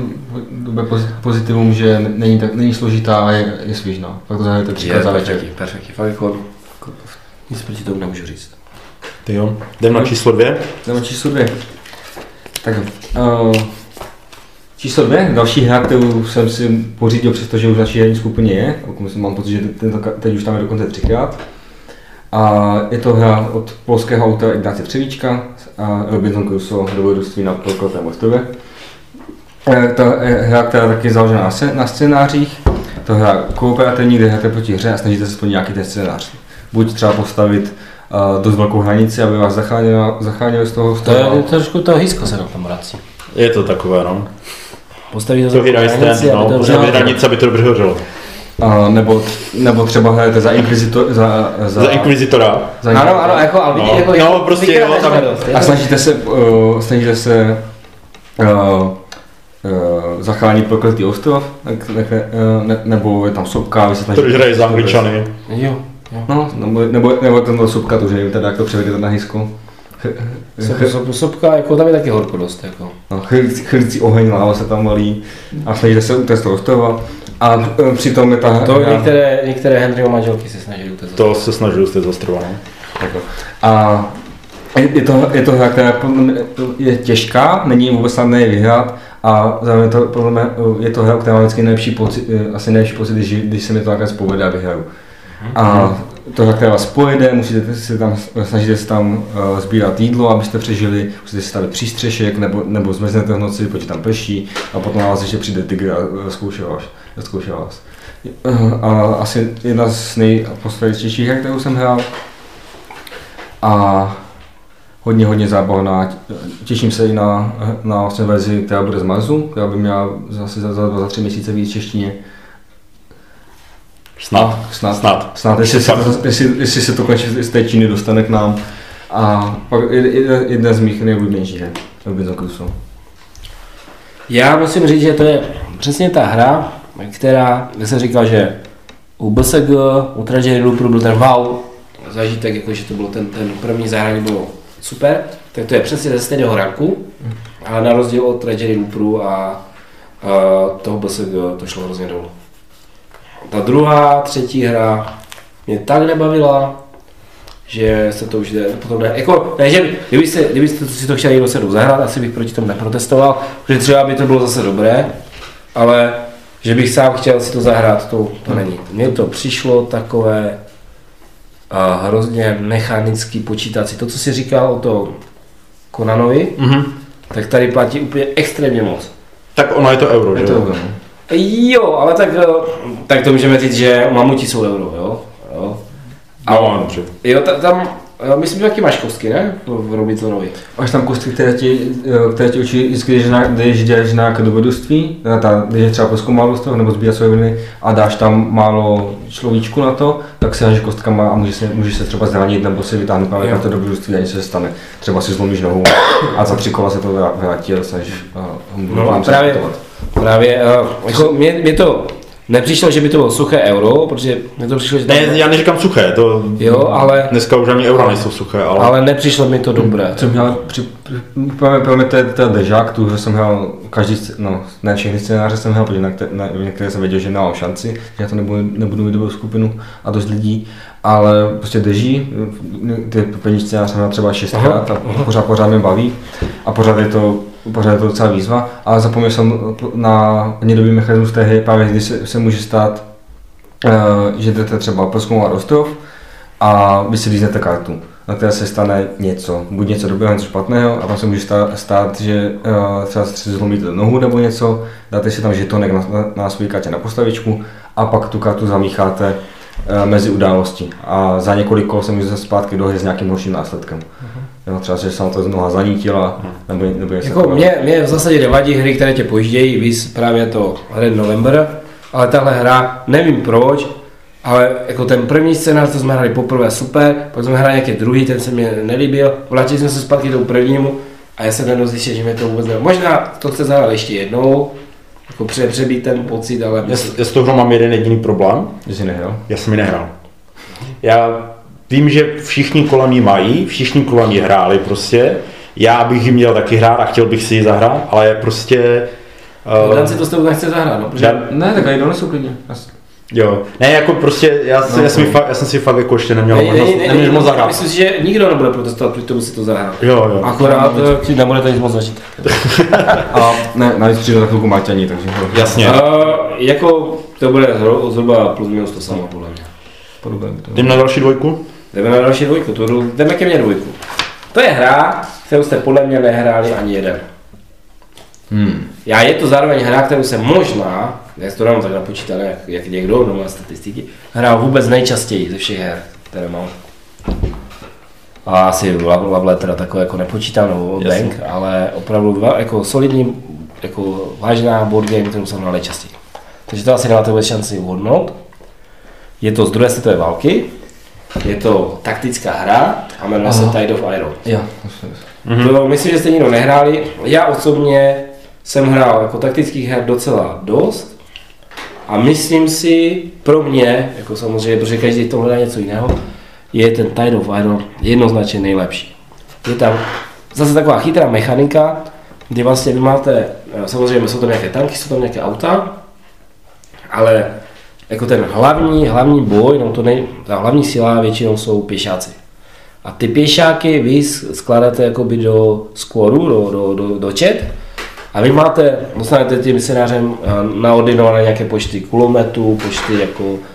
pozitivum, že není, tak, není složitá a je, je svížná. Fakt to zahrajete třikrát za večer. Perfektní, fakt jako, jako nic proti tomu nemůžu říct. Ty jo, jdem na číslo dvě. Jdem na číslo dvě. Tak uh, číslo dvě, další hra, kterou jsem si pořídil, přestože už v naší herní skupině je. Mám pocit, že tento, teď už tam je dokonce třikrát. A je to hra od polského autora Ignáce Třevíčka a Robinson Crusoe, dobrodružství na Prokletém ostrově. To je hra, která je taky založená na scénářích. To je hra kooperativní, kde hrajete proti hře a snažíte se splnit nějaký ten scénář. Buď třeba postavit uh, dost velkou hranici, aby vás zachránili z toho. To je trošku toho hýsko se na tom vrací. Je to takové, no. Postavíte to hranici, no, postavíte hranici, aby to dobře hořelo. Uh, nebo, nebo třeba hrajete za inkvizitor, za, za, za inkvizitora. Za ano, ano, jako, ale vidíte, no, jako, no, prostě jo, tam, a snažíte se, uh, snažíte se uh, uh, zachránit prokletý ostrov, ne, ne, ne, nebo je tam sopka, vy se snažíte... To hraje za Angličany. Jo, jo. No, nebo, nebo, nebo tam sopka, to už nevím teda, jak to převedete na hysku. Sopka, jako tam je taky horko dost, jako. No, chrlící oheň, láva se tam valí a snažíte se utéct toho ostrova. A přitom je ta... To některé, některé Henryho manželky se snaží utéct. To se snaží utéct z ostrova, no. A je to, je to hra, která je těžká, není vůbec snadné je vyhrát a zároveň to, podle mě, je to hra, která má vždycky nejlepší pocit, asi nejlepší pocit, když, když se mi to takhle povede a vyhraju. A to, která vás pojede, musíte se tam, snažíte se tam uh, sbírat jídlo, abyste přežili, musíte si stavit přístřešek, nebo, nebo zmrznete v noci, protože tam prší, a potom na vás ještě přijde tygr a zkouše vás. Zkouše vás. Uh, a asi jedna z nejposlednějších her, kterou jsem hrál. A hodně, hodně zábavná. Těším se i na, na vlastně verzi, která bude z Marsu, která by měla zase za, za, za tři měsíce víc v češtině. Snad. Snad. Snad. Snad, jestli, se, jestli, jestli se to konečně z té Číny dostane k nám. A pak jedna z mých nejoblíbenějších her, Robinson Crusoe. Já musím říct, že to je přesně ta hra, která, jak jsem říkal, že u B S G, u Treasury Looperu byl ten wow zážitek, jako že to bylo ten, ten první zahrání bylo super, tak to je přesně ze stejného ranku, ale na rozdíl od Treasury Looperu a, a toho B S G to šlo hrozně dolů. Ta druhá, třetí hra mě tak nebavila, že se to už jde, potom ne, jako, ne, že kdybyste, kdybyste si to chtěli někdo sedou zahrát, asi bych proti tomu neprotestoval, protože třeba by to bylo zase dobré, ale že bych sám chtěl si to zahrát, to, to hmm. není. Mně to přišlo takové a hrozně mechanický počítací. To, co jsi říkal o to Conanovi, mm-hmm. tak tady platí úplně extrémně moc. Tak ono je to euro, je že jo? Jo, ale tak, tak to můžeme říct, že mamuti jsou euro, jo? jo. No, dobře. Jo, tam, myslím, že taky máš kostky, ne? V Robinsonovi. Máš tam kostky, které ti, které ti učí, vždycky, když jdeš nějaké dobrodružství, když je třeba prozkoumat ostrov nebo sbírat suroviny a dáš tam málo človíčku na to, tak si hážeš kostkama a můžeš se, můžeš se třeba zranit nebo si vytáhnout právě na to dobrodružství a nic se stane. Třeba si zlomíš nohu a za tři kola se to vrátí a dostaneš uh, no a právě, právě uh, jako mě, mě to nepřišlo, že by to bylo suché euro, protože mi to přišlo, že tam... Ne, já neříkám suché, to... Jo, ale... Dneska už ani eura nejsou suché, ale... Ale nepřišlo mi to dobré. Co měl při... Pro mě to je ten dežák, tu hru jsem hrál každý, no ne všechny scénáře jsem hrál, protože na, na některé jsem věděl, že nemám šanci, že já to nebudu, nebudu mít dobrou skupinu a dost lidí, ale prostě deží, ty první scénáře jsem hrál třeba šestkrát a pořád, pořád mě baví a pořád je to Pořád je to docela výzva, ale zapomněl jsem na hodně dobrý mechanismus té hry, právě když se, se může stát, uh, že jdete třeba prozkoumat ostrov a vy si líznete kartu, na které se stane něco, buď něco dobrého, něco špatného a tam se může stát, stát že uh, třeba si zlomíte nohu nebo něco, dáte si tam žetonek na, na, na svůj kartě na postavičku a pak tu kartu zamícháte uh, mezi události a za několik kol se můžete zpátky do hry s nějakým horším následkem. Uh-huh. Jo, třeba se tam to noha zanítila, nebo, nebo jako mě, mě v zásadě nevadí hry, které tě pojíždějí, víc právě to Red November, ale tahle hra, nevím proč, ale jako ten první scénář, co jsme hráli poprvé super, pak jsme hráli nějaký druhý, ten se mi nelíbil, vrátili jsme se zpátky tomu prvnímu a já jsem nedozjistil, že mě to vůbec nevím. Možná to chce zahrát ještě jednou, jako pře, přebít ten pocit, ale... Já, já s tou hrou mám jeden jediný problém. Že jsi nehrál? Já jsem ji nehrál. Já vím, že všichni kolem jí mají, všichni kolem jí hráli prostě. Já bych ji měl taky hrát a chtěl bych si ji zahrát, ale je prostě... Uh, Dan si to s tebou nechce zahrát, no, protože... Já, ne, tak já ji donesu klidně. Jo, ne, jako prostě, já, no, já, jsem, fakt, já jsem si fakt jako ještě neměl možnost, neměl moc zahrát. Myslím si, že nikdo nebude protestovat, protože tomu si to zahrát. Jo, jo. Akorát ti nebude to nic moc začít. A ne, navíc přijde za chvilku Marťaní, takže... Jasně. Uh, jako to bude zhruba plus minus to samo, podle mě. Podobně. Jdeme na další dvojku? Jdeme na další dvojku, to jdu, jdeme ke mně dvojku. To je hra, kterou jste podle mě nehráli ani jeden. Hmm. Já je to zároveň hra, kterou jsem možná, jak to dám tak napočítat, jak, jak někdo, no má statistiky, hrál vůbec nejčastěji ze všech her, které mám. A asi Love Letter takové jako nepočítám, nebo Bank, ale opravdu dva, jako solidní, jako vážná board game, kterou jsem hrál nejčastěji. Takže to asi nemáte vůbec šanci uhodnout. Je to z druhé světové války, je to taktická hra a jmenuje se Tide of Iron. Jo. Mm-hmm. To myslím, že jste nikdo nehráli. Já osobně jsem hrál jako taktických her docela dost a myslím si, pro mě, jako samozřejmě, protože každý to hledá něco jiného, je ten Tide of Iron jednoznačně nejlepší. Je tam zase taková chytrá mechanika, kdy vlastně vy máte, samozřejmě jsou tam nějaké tanky, jsou tam nějaké auta, ale jako ten hlavní, hlavní boj, no to nej, ta hlavní síla většinou jsou pěšáci. A ty pěšáky vy skládáte jakoby do squadu, do, do, do, do čet a vy máte, dostanete tím scénářem naordinované nějaké počty kulometů, počty jako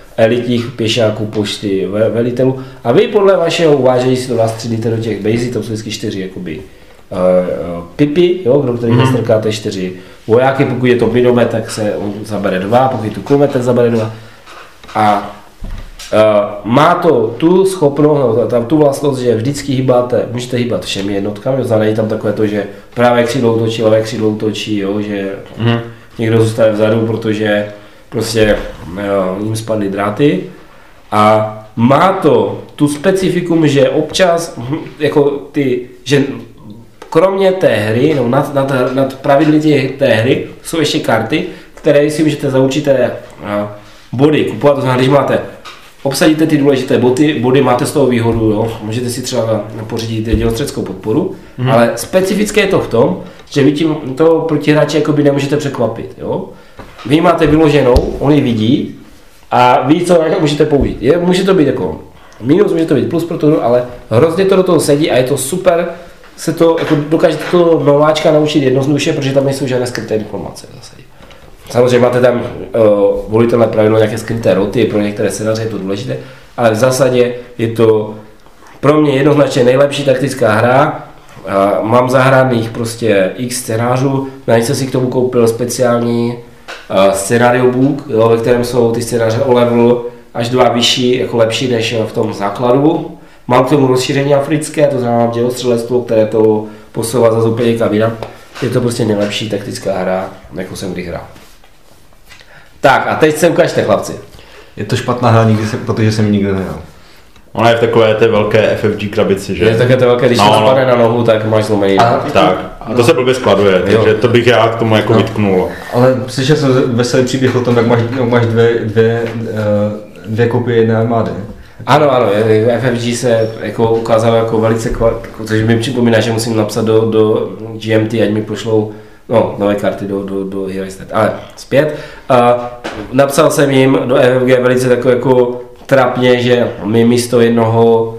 elitních pěšáků pošty velitelů. A vy podle vašeho uvážení si to nastřídíte do těch basic, to jsou vždycky čtyři jakoby uh, pipy, jo, do kterých mm-hmm. strkáte čtyři vojáky, pokud je to minomet, tak se on zabere dva, pokud je to kulomet, tak zabere dva. A uh, má to tu schopnost, no, tam tu vlastnost, že vždycky hýbáte, můžete hýbat všemi jednotkami, to znamená, tam takové to, že pravé křídlo útočí, levé křídlo útočí, jo, že mm-hmm. někdo zůstane vzadu, protože prostě jo, jim spadly dráty. A má to tu specifikum, že občas, jako ty, že kromě té hry, no nad, nad, nad pravidly té hry, jsou ještě karty, které si můžete za určité body kupovat, to znamená, když máte, obsadíte ty důležité body, body máte z toho výhodu, jo? Můžete si třeba pořídit dělostřeckou podporu, mm. ale specifické je to v tom, že vy tím toho protihráče jakoby nemůžete překvapit. Jo? Vy máte vyloženou, on ji vidí a ví, co můžete použít. Je, může to být jako minus, může to být plus pro to, ale hrozně to do toho sedí a je to super, se to, jako dokážete to nováčka naučit jednoduše, protože tam nejsou žádné skryté informace zase. Samozřejmě máte tam uh, volitelné pravidlo, nějaké skryté roty, pro některé scénáře je to důležité, ale v zásadě je to pro mě jednoznačně nejlepší taktická hra. Uh, mám zahraných prostě x scénářů, navíc jsem si k tomu koupil speciální uh, scénariobook, jo, ve kterém jsou ty scénáře o level až dva vyšší, jako lepší než v tom základu. Mám k tomu rozšíření africké, to znamená mám dělostřelectvo, které to posouvá za úplně někam jinam. Je to prostě nejlepší taktická hra, jakou jsem kdy hrál. Tak a teď se ukážte, chlapci. Je to špatná hra, nikdy se, protože jsem ji nikdy nehrál. Ona je v takové té velké F F G krabici, že? Je také to velké, když no, to spadne na nohu, tak máš zlomený. A, tak, a to se blbě skladuje, jo. Takže to bych já k tomu jako no. vytknul. Ale slyšel jsem veselý příběh o tom, jak máš, jak máš dvě, dvě, dvě kopie jedné armády. Ano, ano, F F G se jako ukázalo jako velice kvalitní, což mi připomíná, že musím napsat do, do G M T, ať mi pošlou no, nové karty do, do, do Heroes Net. Ale zpět. Uh, napsal jsem jim do F F G velice tako jako trapně, že mi místo jednoho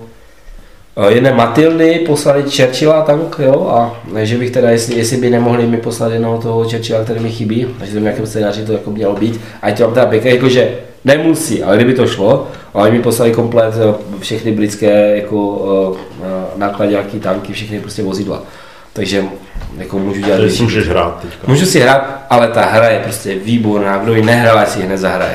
jedné Matildy poslali Churchilla tank, jo, a že bych teda, jestli, jestli by nemohli mi poslat jednoho toho Churchilla, který mi chybí, takže v nějakém scénáři to jako mělo být, ať to mám teda pěkně, jakože nemusí, ale kdyby to šlo, ale mi poslali komplet všechny britské jako nákladáky, tanky, všechny prostě vozidla. Takže jako můžu dělat... Takže si můžeš hrát teďka. Můžu si hrát, ale ta hra je prostě výborná, kdo ji nehrál, ať si ji hned zahraje.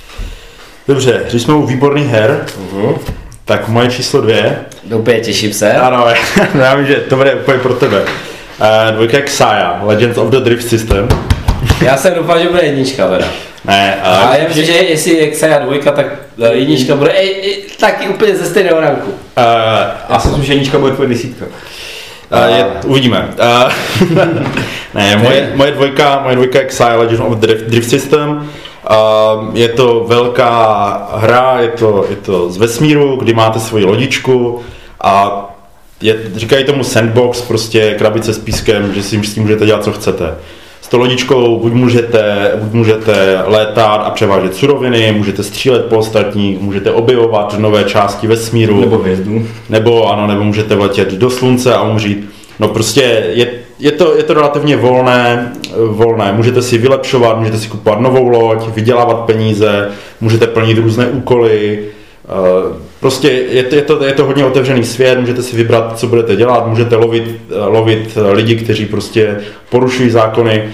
Dobře, když jsme u výborných her, uh-huh. tak moje číslo dvě. Úplně těším se. Ano, já vím, že to bude úplně pro tebe. Uh, dvojka je Xia, Legends of the Drift System. Já jsem doufal, že bude jednička teda. Ne, ale... A já myslím, že jestli je Xia dvojka, tak jednička bude ej, ej, taky úplně ze stejného ranku. Uh, já si myslím, že jednička bude tvoje desítka. Uh, je, uvidíme. Uh, ne, moje, moje dvojka, moje dvojka je Xia, Legends of the Drift, Drift System. Uh, je to velká hra, je to, je to z vesmíru, kdy máte svoji lodičku a je, říkají tomu sandbox, prostě krabice s pískem, že si s tím můžete dělat, co chcete. S tou lodičkou buď můžete, buď můžete létat a převážet suroviny, můžete střílet po ostatních, můžete objevovat nové části vesmíru. Nebo hvězdu. Nebo ano, nebo můžete letět do slunce a umřít. No prostě je, je, to, je to relativně volné, volné, můžete si vylepšovat, můžete si kupovat novou loď, vydělávat peníze, můžete plnit různé úkoly, prostě je to, je to, je to hodně otevřený svět, můžete si vybrat, co budete dělat, můžete lovit, lovit lidi, kteří prostě porušují zákony.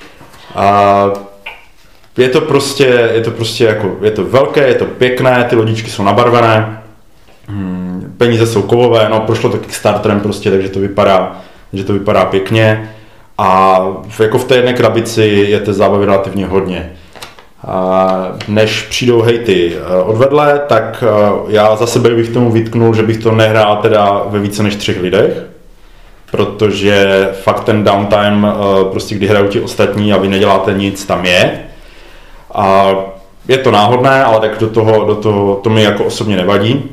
A je to prostě, je to prostě jako, je to velké, je to pěkné, ty lodičky jsou nabarvené. Peníze jsou kovové, no prošlo to Kickstarterem prostě, takže to vypadá, že to vypadá pěkně a jako v té jedné krabici je té zábavy relativně hodně. A než přijdou hejty odvedle, tak já za sebe bych tomu vytknul, že bych to nehrál teda ve více než třech lidech, protože fakt ten downtime, prostě kdy hrajou ti ostatní a vy neděláte nic, tam je. A je to náhodné, ale tak do toho, do toho to mi jako osobně nevadí.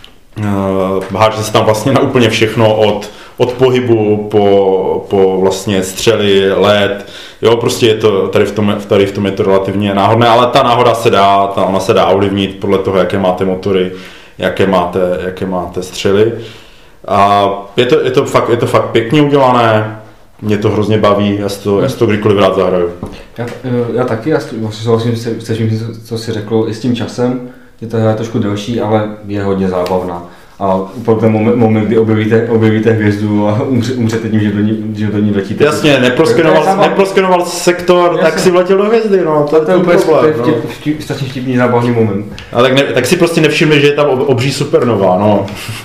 Háže se tam vlastně na úplně všechno od, od pohybu po, po vlastně střely, let, jo, prostě je to, tady v tom, tady v tom je to relativně náhodné, ale ta náhoda se dá, ta, ona se dá ovlivnit podle toho, jaké máte motory, jaké máte, jaké máte střely. A je to, je to, fakt, je to fakt pěkně udělané, Mě to hrozně baví, já si to, já si to kdykoliv rád zahraju. Já, já taky, já souhlasím se vším, co jsi řekl, i s tím časem, že ta hra je trošku delší, ale je hodně zábavná. A potom ten moment, moment, kdy objevíte, objevíte hvězdu a umře, umřete tím, že do ní, že do ní letíte. Jasně, neproskenoval, neproskenoval sektor, jasně. Tak si vletěl do hvězdy, no, to, to je úplně problém, vtip, no. vtip, strašně vtipný zábavný moment. A tak, ne, tak si prostě nevšimli, že je tam obří supernova, no.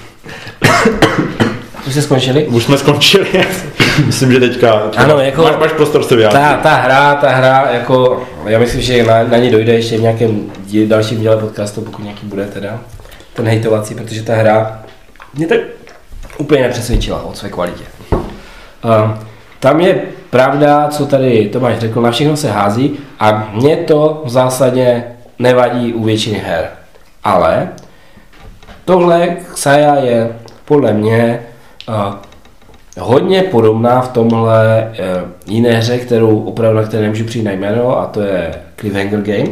Už jste skončili? Už jsme skončili, myslím, že teďka, teďka ano, jako, máš, máš prostor se vyjádřit. Ta, ta hra, ta hra, jako, já myslím, že na, na ní dojde ještě v nějakém díl, dalším díle podcastu, pokud nějaký bude teda, ten hejtovací, protože ta hra mě tak úplně nepřesvědčila o své kvalitě. Uh, tam je pravda, co tady Tomáš řekl, na všechno se hází a mě to v zásadě nevadí u většiny her. Ale tohle Xayah je podle mě uh, hodně podobná v tomhle uh, jiné hře, kterou opravdu na které nemůžu přijít na jméno, a to je Cliffhanger Game.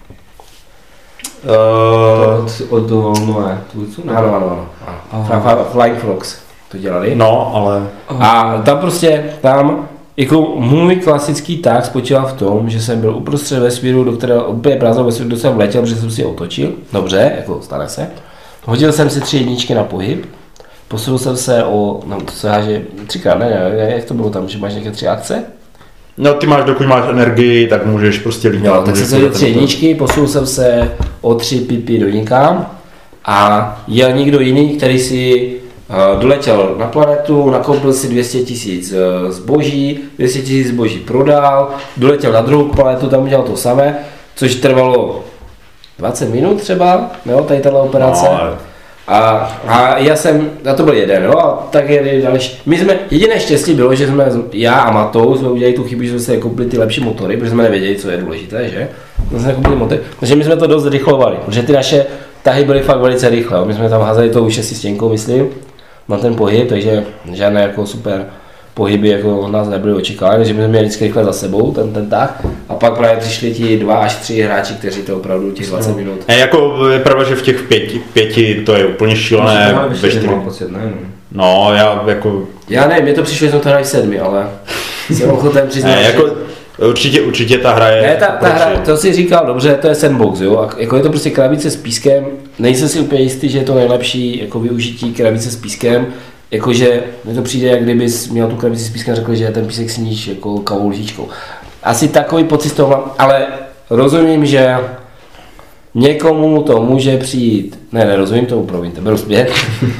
Uh, od nové tvůrců? Ano, ano, ano. Flying Frogs to dělali. No, ale... A tam prostě, tam jako můj klasický tah spočíval v tom, že jsem byl uprostřed vesmíru, do kterého úplně prázdnou vesmíru, do jsem vletěl, protože jsem si otočil. Dobře, jako stane se. Hodil jsem si tři jedničky na pohyb. Posunul jsem se o, no to se háže třikrát, ne, ne, jak to bylo tam, že máš nějaké tři akce? No ty máš, dokud máš energii, tak můžeš prostě lítat. Jo, tak jsem se hodil tři jedničky, posunul jsem se o tři pipy do nikam a jel někdo jiný, který si uh, doletěl na planetu, nakoupil si dvě stě tisíc uh, zboží, dvě stě tisíc zboží prodal, doletěl na druhou planetu, tam udělal to samé, což trvalo dvacet minut třeba, jo, tady tato operace. No, ale... A, a já jsem, a to byl jeden, jo, a tak je další. My jsme, jediné štěstí bylo, že jsme, já a Matou jsme udělali tu chybu, že jsme si koupili ty lepší motory, protože jsme nevěděli, co je důležité, že? My jsme koupili motory, takže my jsme to dost rychlovali, protože ty naše tahy byly fakt velice rychle, jo. My jsme tam házeli tou šestistěnkou, myslím, na ten pohyb, takže žádné jako super pohyby jako od nás nebyly očekávány, že my jsme měli vždycky rychle za sebou ten, ten tah a pak právě přišli ti dva až tři hráči, kteří to opravdu těch dvacet minut. Ne, jako je pravda, že v těch pěti, pěti to je úplně šílené. Ve čtyři. No, já jako... Já ne, mě to přišlo, že jsme to hráli v sedmi, ale jsem ochoten přiznat, ne, jako, určitě, určitě ta hra je... Ne, ta, ta hra, to si říkal dobře, to je sandbox, jo, a jako je to prostě krabice s pískem, nejsem si úplně jistý, že je to nejlepší jako využití krabice s pískem. Jakože mi to přijde, jak kdybys měl tu krabici s pískem a řekl, že ten písek sníš jako kavou lžičkou. Asi takový pocit z toho mám, ale rozumím, že někomu to může přijít, ne, nerozumím tomu, promiňte, beru zpět.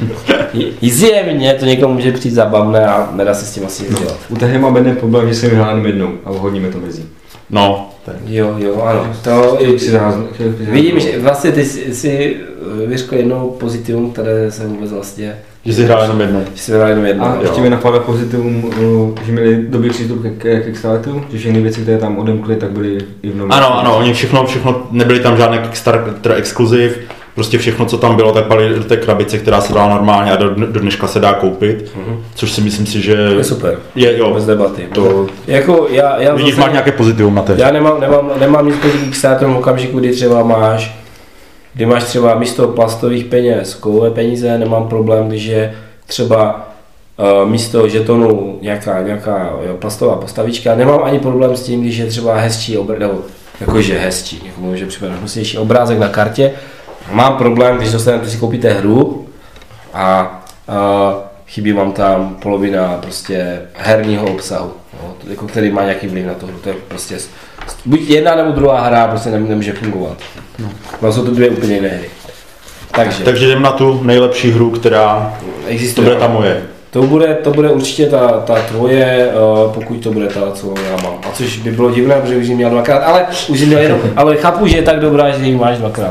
Zjevně to někomu může přijít zábavné a nedá se s tím asi nic dělat. U té mám jeden problém, že jsem hrál jenom jednou a hodně mi to mezi. No, tak. Jo, jo, ano. To, vidím, že vlastně ty si vyřkl jednou pozitivum, které jsem vůbec vlastně... Že jsi hrál jenom jednou. Že jsi hrál jenom jednou. A ještě mi napadá pozitivum, že měli dobrý přístup ke Kickstarteru, že všechny věci, které tam odemkli, tak byly i v novém. Ano, ano, oni všechno, všechno, nebyly tam žádné Kickstarter exkluziv, prostě všechno, co tam bylo, tak pali do té krabice, která se dá normálně a do, do dneška se dá koupit, mm-hmm. Což si myslím si, že... Je super, je, jo, bez debaty. To, jako já, já vidíš, máš nějaké pozitivum na té. Já nemám, nemám, nemám nic proti Kickstarteru v okamžiku, kdy třeba máš, kdy máš třeba místo plastových peněz kovové peníze, nemám problém, když je třeba uh, místo žetonu nějaká, nějaká jo, plastová postavička, nemám ani problém s tím, když je třeba hezčí obrázek, nebo jakože hezčí, jako může připadat hezčí obrázek na kartě. Mám problém, když dostanete, si koupíte hru a uh, chybí vám tam polovina prostě herního obsahu, jo, jako který má nějaký vliv na to hru, to je prostě buď jedna nebo druhá hra prostě nemůže fungovat. No. No, jsou to dvě úplně jiné hry. Takže, Takže jdem na tu nejlepší hru, která existuje. To bude ta moje. To bude, to bude určitě ta, ta tvoje, uh, pokud to bude ta, co já mám. A což by bylo divné, protože už jsi měl dvakrát, ale už jsi měl jenom, ale chápu, že je tak dobrá, že ji máš dvakrát.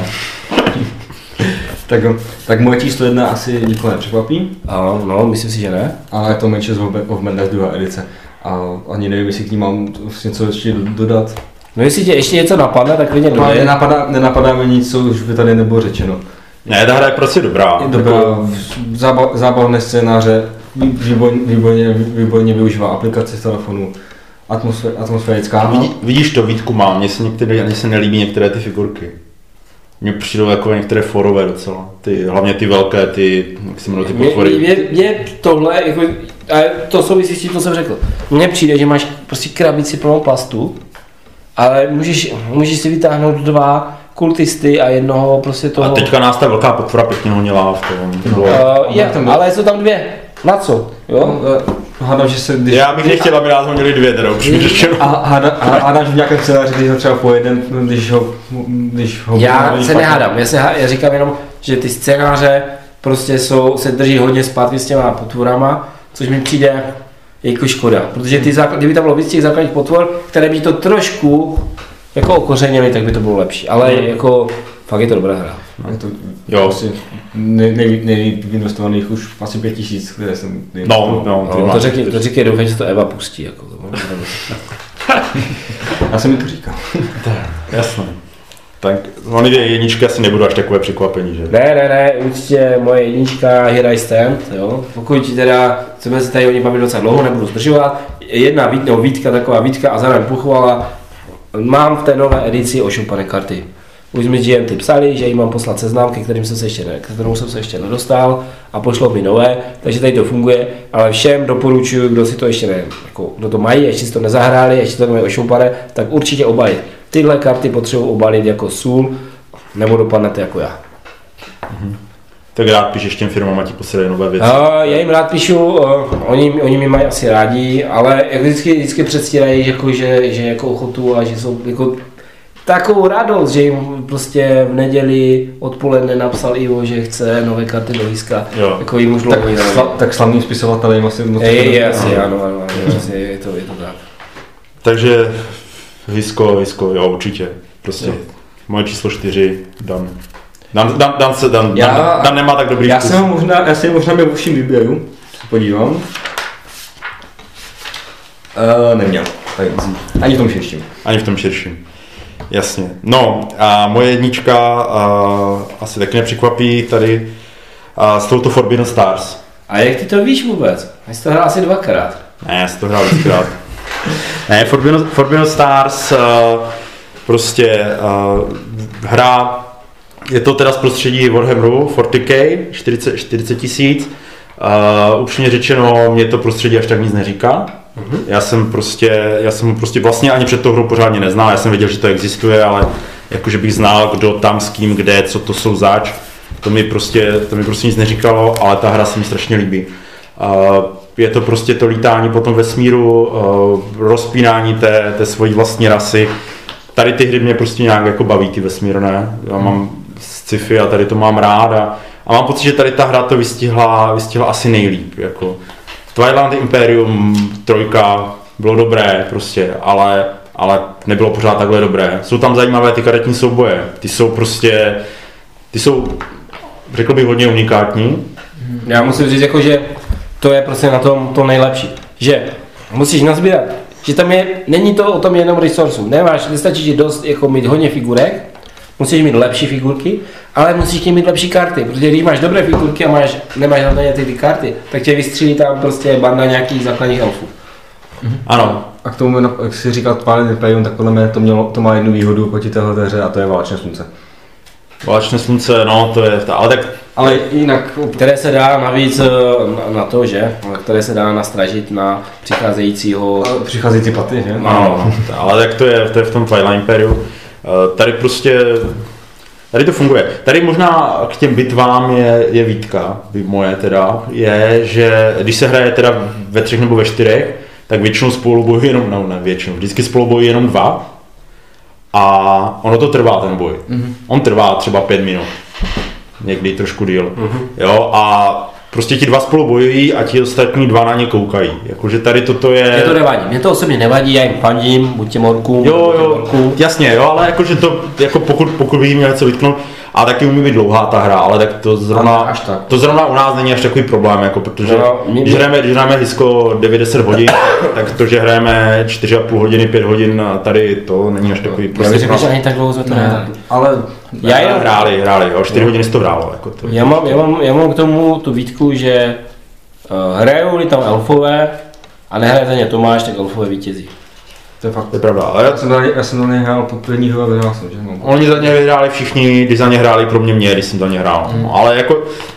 tak, tak moje číslo jedna asi nikoho nepřekvapí. Uh, no, myslím si, že ne. Ale je to Mansions of Madness druhá edice. A ani nevím, jestli k ní mám něco ještě dodat. No jestli tě ještě něco napadne, tak klidně dodej. Nenapadá, nenapadá mi nic, co už by tady nebylo řečeno. Ne, ta hra je prostě dobrá. Je dobrá, zábav, zábavné scénáře, výborně, výborně, výborně využívá aplikace z telefonu, atmosfér, atmosférická. Vidí, vidíš to, Vítku má, mně se, některé, mně se nelíbí některé ty figurky. Mně přijdou jako některé forové docela, ty, hlavně ty velké, ty, jak se jmenují, ty potvory. Mě, mě, mě tohle, jako, A to souvisí s tím, co jsem řekl. Mně přijde, že máš prostě krabici plnou plastu, ale můžeš, můžeš si vytáhnout dva kultisty a jednoho prostě toho... A teďka nás ta velká potvora pěkně honila v tom. Uh, je, ale jsou tam dvě. Na co? Jo? Hádám, že se... Když... Já bych nechtěl, aby nás honili dvě, teda upřímně řečeno. A hádám, že v nějakém scénáři, když ho třeba po jeden, když ho... Když ho já se nehádám, já, se, já říkám jenom, že ty scénáře prostě jsou, se drží hodně zpátky s těma potvorama, což mi přijde jako škoda, protože ty základ, kdyby tam bylo víc těch základních potvor, které by to trošku jako okořenily, tak by to bylo lepší, ale mm. jako fakt je to dobrá hra. Je to jo. Asi nejlíp nej, investovaných už asi pět tisíc, které jsem... No, no, no to řekni, to říkej, doufám, že to Eva pustí. Jako, já jsem mi to říkal. Jasně. Tak oni dvě jedničky asi nebudou až takové překvapení, že? Ne, ne, ne, určitě moje jednička Here I Stand, jo. Pokud teda chceme se tady o ní bavit docela dlouho, nebudu zdržovat. Jedna vít, no, vítka, taková vítka a zároveň pochvala. Mám v té nové edici ošoupané karty. Už mi G M ty psali, že jim mám poslat seznam, ke kterým jsem se ještě ne, kterou jsem se ještě nedostal a pošlo mi nové, takže tady to funguje, ale všem doporučuji, kdo si to ještě ne, jako, kdo to mají, ještě si to nezahráli, ještě to nemají ošoupané, tak určitě obalit. Tyhle karty potřebuji obalit jako sůl, nebo dopadnete jako já. Mhm. Tak rád píšeš těm firmám a ti posílají nové věci. Uh, já jim rád píšu, uh, oni, oni mi mají asi rádi, ale jak vždycky, vždycky předstírají, jako, že, že jako ochotu a že jsou jako takovou radost, že jim prostě v neděli odpoledne napsal Ivo, že chce nové karty do Líska, jako jim už dlouho. Tak, sla, tak slavný spisovatel jim asi moc. Je, je, asi, ano, ano, ano, asi je to, je to tak. Takže Hisko, Hisko, jo, určitě, prostě jo. Moje číslo čtyři, Dan. Dan, Dan, Dan, se, Dan, já, Dan, Dan nemá tak dobrý já vkus. Jsem možná, já jsem možná měl v užším výběru, se podívám. Uh, neměl, tak ani v tom širším. Ani v tom širším. Jasně. No a moje jednička a, asi taky nepřekvapí tady a, s touto Forbidden Stars. A jak ty to víš vůbec? Já jsi to hrál asi dvakrát. Ne, já jsem to hrál víckrát. Ne, Forbidden, Forbidden Stars a, prostě a, hra, je to teda z prostředí Warhammeru čtyřicet K, čtyřicet tisíc. Upřímně řečeno, mě to prostředí až tak nic neříká. Mm-hmm. Já jsem prostě, já jsem prostě vlastně ani před tou hrou pořádně neznal, já jsem věděl, že to existuje, ale jakože bych znal, kdo tam s kým, kde, co to jsou zač, to mi prostě, to mi prostě nic neříkalo, ale ta hra se mi strašně líbí. Uh, je to prostě to lítání po tom vesmíru, uh, rozpínání té, té svojí vlastní rasy. Tady ty hry mě prostě nějak jako baví, ty vesmírné. Já mám sci-fi a tady to mám rád a, a mám pocit, že tady ta hra to vystihla, vystihla asi nejlíp. Jako. Twilight Imperium trojka bylo dobré prostě, ale, ale nebylo pořád takhle dobré. Jsou tam zajímavé ty karetní souboje, ty jsou prostě, ty jsou, řekl bych, hodně unikátní. Já musím říct, jako, že to je prostě na tom to nejlepší, že musíš nazbírat, že tam je, není to o tom jenom resourcu, nemáš, nestačí ti dost jako mít hodně figurek, musíš mít lepší figurky, ale musíš mít lepší karty, protože když máš dobré figurky a máš, nemáš na to ty, ty karty, tak tě vystřílí tam prostě banda nějakých základních elfů. Mhm. Ano. A k tomu, jak jsi říkal Twilight Imperium, tak podle mě to, mělo, to má jednu výhodu proti téhle hře a to je Válečné slunce. Válečné slunce, no to je, ale tak... Ale jinak... Které se dá navíc na, na to, že? Které se dá nastražit na přicházejícího... Přicházející paty, že? Ano, ale tak to je, to je v tom Twilight Imperium. Tady prostě, tady to funguje. Tady možná k těm bitvám je, je výtka, moje teda, je, že když se hraje teda ve třech nebo ve čtyřech, tak většinou spolu bojují jenom, no ne většinou, vždycky spolu bojují jenom dva a ono to trvá ten boj. Mm-hmm. On trvá třeba pět minut, někdy trošku díl, mm-hmm. jo, a prostě ti dva spolu bojují a ti ostatní dva na ně koukají. Jakože tady toto je... Mě to nevadí, mě to osobně nevadí, já jim fandím, buď těm orkům, jo, jo, jasně, jo, ale jakože to, jako pokud, pokud bych jim měl něco vytknout, a taky umí být dlouhá ta hra, ale tak to zrovna, až tak. to zrovna u nás není až takový problém, jako protože no, mě, když, hrajeme, když hrajeme Hisko devět deset hodin, tak to, že hrajeme čtyři a půl hodiny, pět hodin, tady to není až takový problém. Já bych řekl, že ani tak dlouho jsme to nehráli. Ale já jenom hráli, hráli, jo, čtyři hodiny se to hrálo. Jako to, já, mám, já, mám, já mám k tomu tu výtku, že uh, hrajou-li tam elfové a nehraje za ně Tomáš, tak elfové vítězí. To je fakt, to je pravda, ale já jsem, já jsem na ně hrál po první hru a vyhrál jsem, že? Oni za ně vyhráli všichni, když za ně hráli, kromě mě, když jsem za ně hrál. Mm. No, ale jako,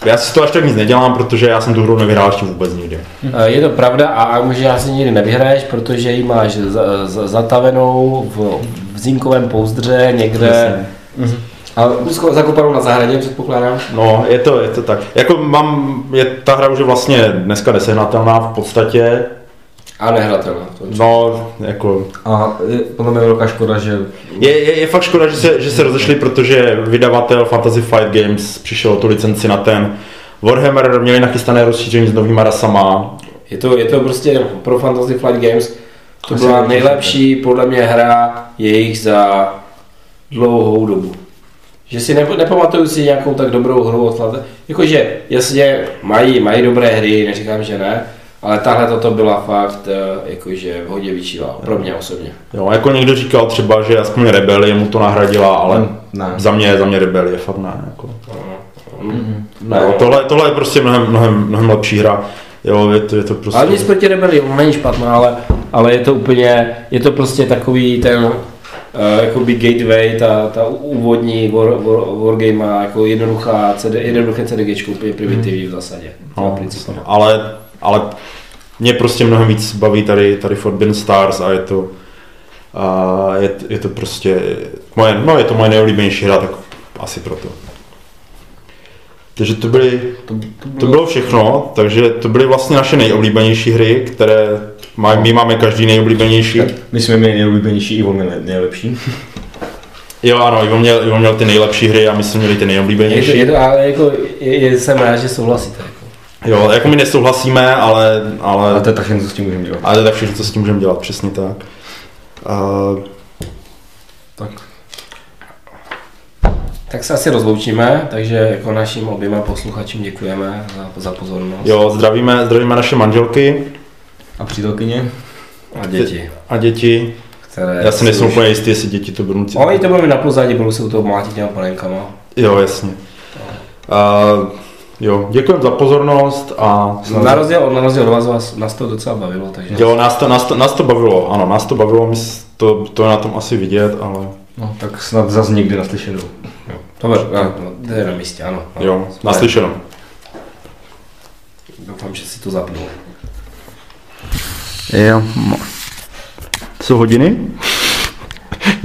Já si to až tak nic nedělám, protože já jsem tu hru nevyhrál ještě vůbec nikdy. Je to pravda a možná si nikdy nevyhraješ, protože ji máš za, za, zatavenou v, v zinkovém pouzdře někde. Mhm. A zakopanou na zahradě, předpokládám? No, je to, je to tak. Jako mám, je, ta hra už je vlastně dneska nesehnatelná v podstatě. A nehratelná. No, jako... A je podle mě velká škoda, že... Je, je, je fakt škoda, že se, že se rozešli, protože vydavatel Fantasy Flight Games přišel tu licenci na ten Warhammer, měli nachystané rozšíření s novýma rasama. Je to, je to prostě pro Fantasy Flight Games, to Asi byla nejlepší podle mě hra jejich za dlouhou dobu. Že si nepo, nepamatuju si nějakou tak dobrou hru od Flight. Jakože jasně mají, mají dobré hry, neříkám, že ne, ale tahle toto byla fakt jakože hodně vyčívala, pro mě osobně. Jo, jako někdo říkal třeba, že aspoň Rebellie mu to nahradila, ale ne. za mě, za mě Rebellie fakt ne. Jako. Mm-hmm. Ne, no. tohle, tohle je prostě mnohem, mnohem, mnohem lepší hra. Jo, je to, je to prostě... Ale nic proti Rebellie, on není špatná, ale, ale je to úplně, je to prostě takový ten uh, jakoby gateway, ta, ta úvodní war, war, wargame, jako jednoduchá C D, jednoduché CDGčko, úplně primitivní v zásadě. No, ale, ale mě prostě mnohem víc baví tady, tady Forbidden Stars a je to, uh, je, je to prostě, moje, no je to moje nejoblíbenější hra, tak asi proto. Takže to, byly, to, to bylo všechno, takže to byly vlastně naše nejoblíbenější hry, které má, my máme každý nejoblíbenější. My jsme měli nejoblíbenější, Ivo měl nejlepší. Jo ano, Ivo měl, Ivo měl ty nejlepší hry a my jsme měli ty nejoblíbenější. Je to, je to, ale jako, je, je, jsem rád, že souhlasíte. Jako. Jo, jako my nesouhlasíme, ale... Ale, ale to je tak všechno, co s tím můžeme dělat. Ale to je tak všechno, co s tím můžeme dělat, přesně tak. Uh, tak. Tak se asi rozloučíme, takže jako našim oběma posluchačům děkujeme za, za pozornost. Jo, zdravíme, zdravíme naše manželky. A přítelkyně. A děti. A děti. Které Já si nejsem úplně jistý, jestli děti to budou nutit. Oni to budou na pozadí, budou se u toho mlátit těma panenkama. Jo, jasně. Uh, jo, děkujeme za pozornost a... Na rozdíl od, na rozdíl od vás, vás nás to docela bavilo, takže... Jo, nás to, nás to, nás to bavilo, ano, nás to bavilo, my to, to je na tom asi vidět, ale... No, tak snad zase někdy naslyšenou. Dobře, to je na místě, ano. ano. Jo, naslyšenou. Doufám, že si to zapnul. Jo, co hodiny?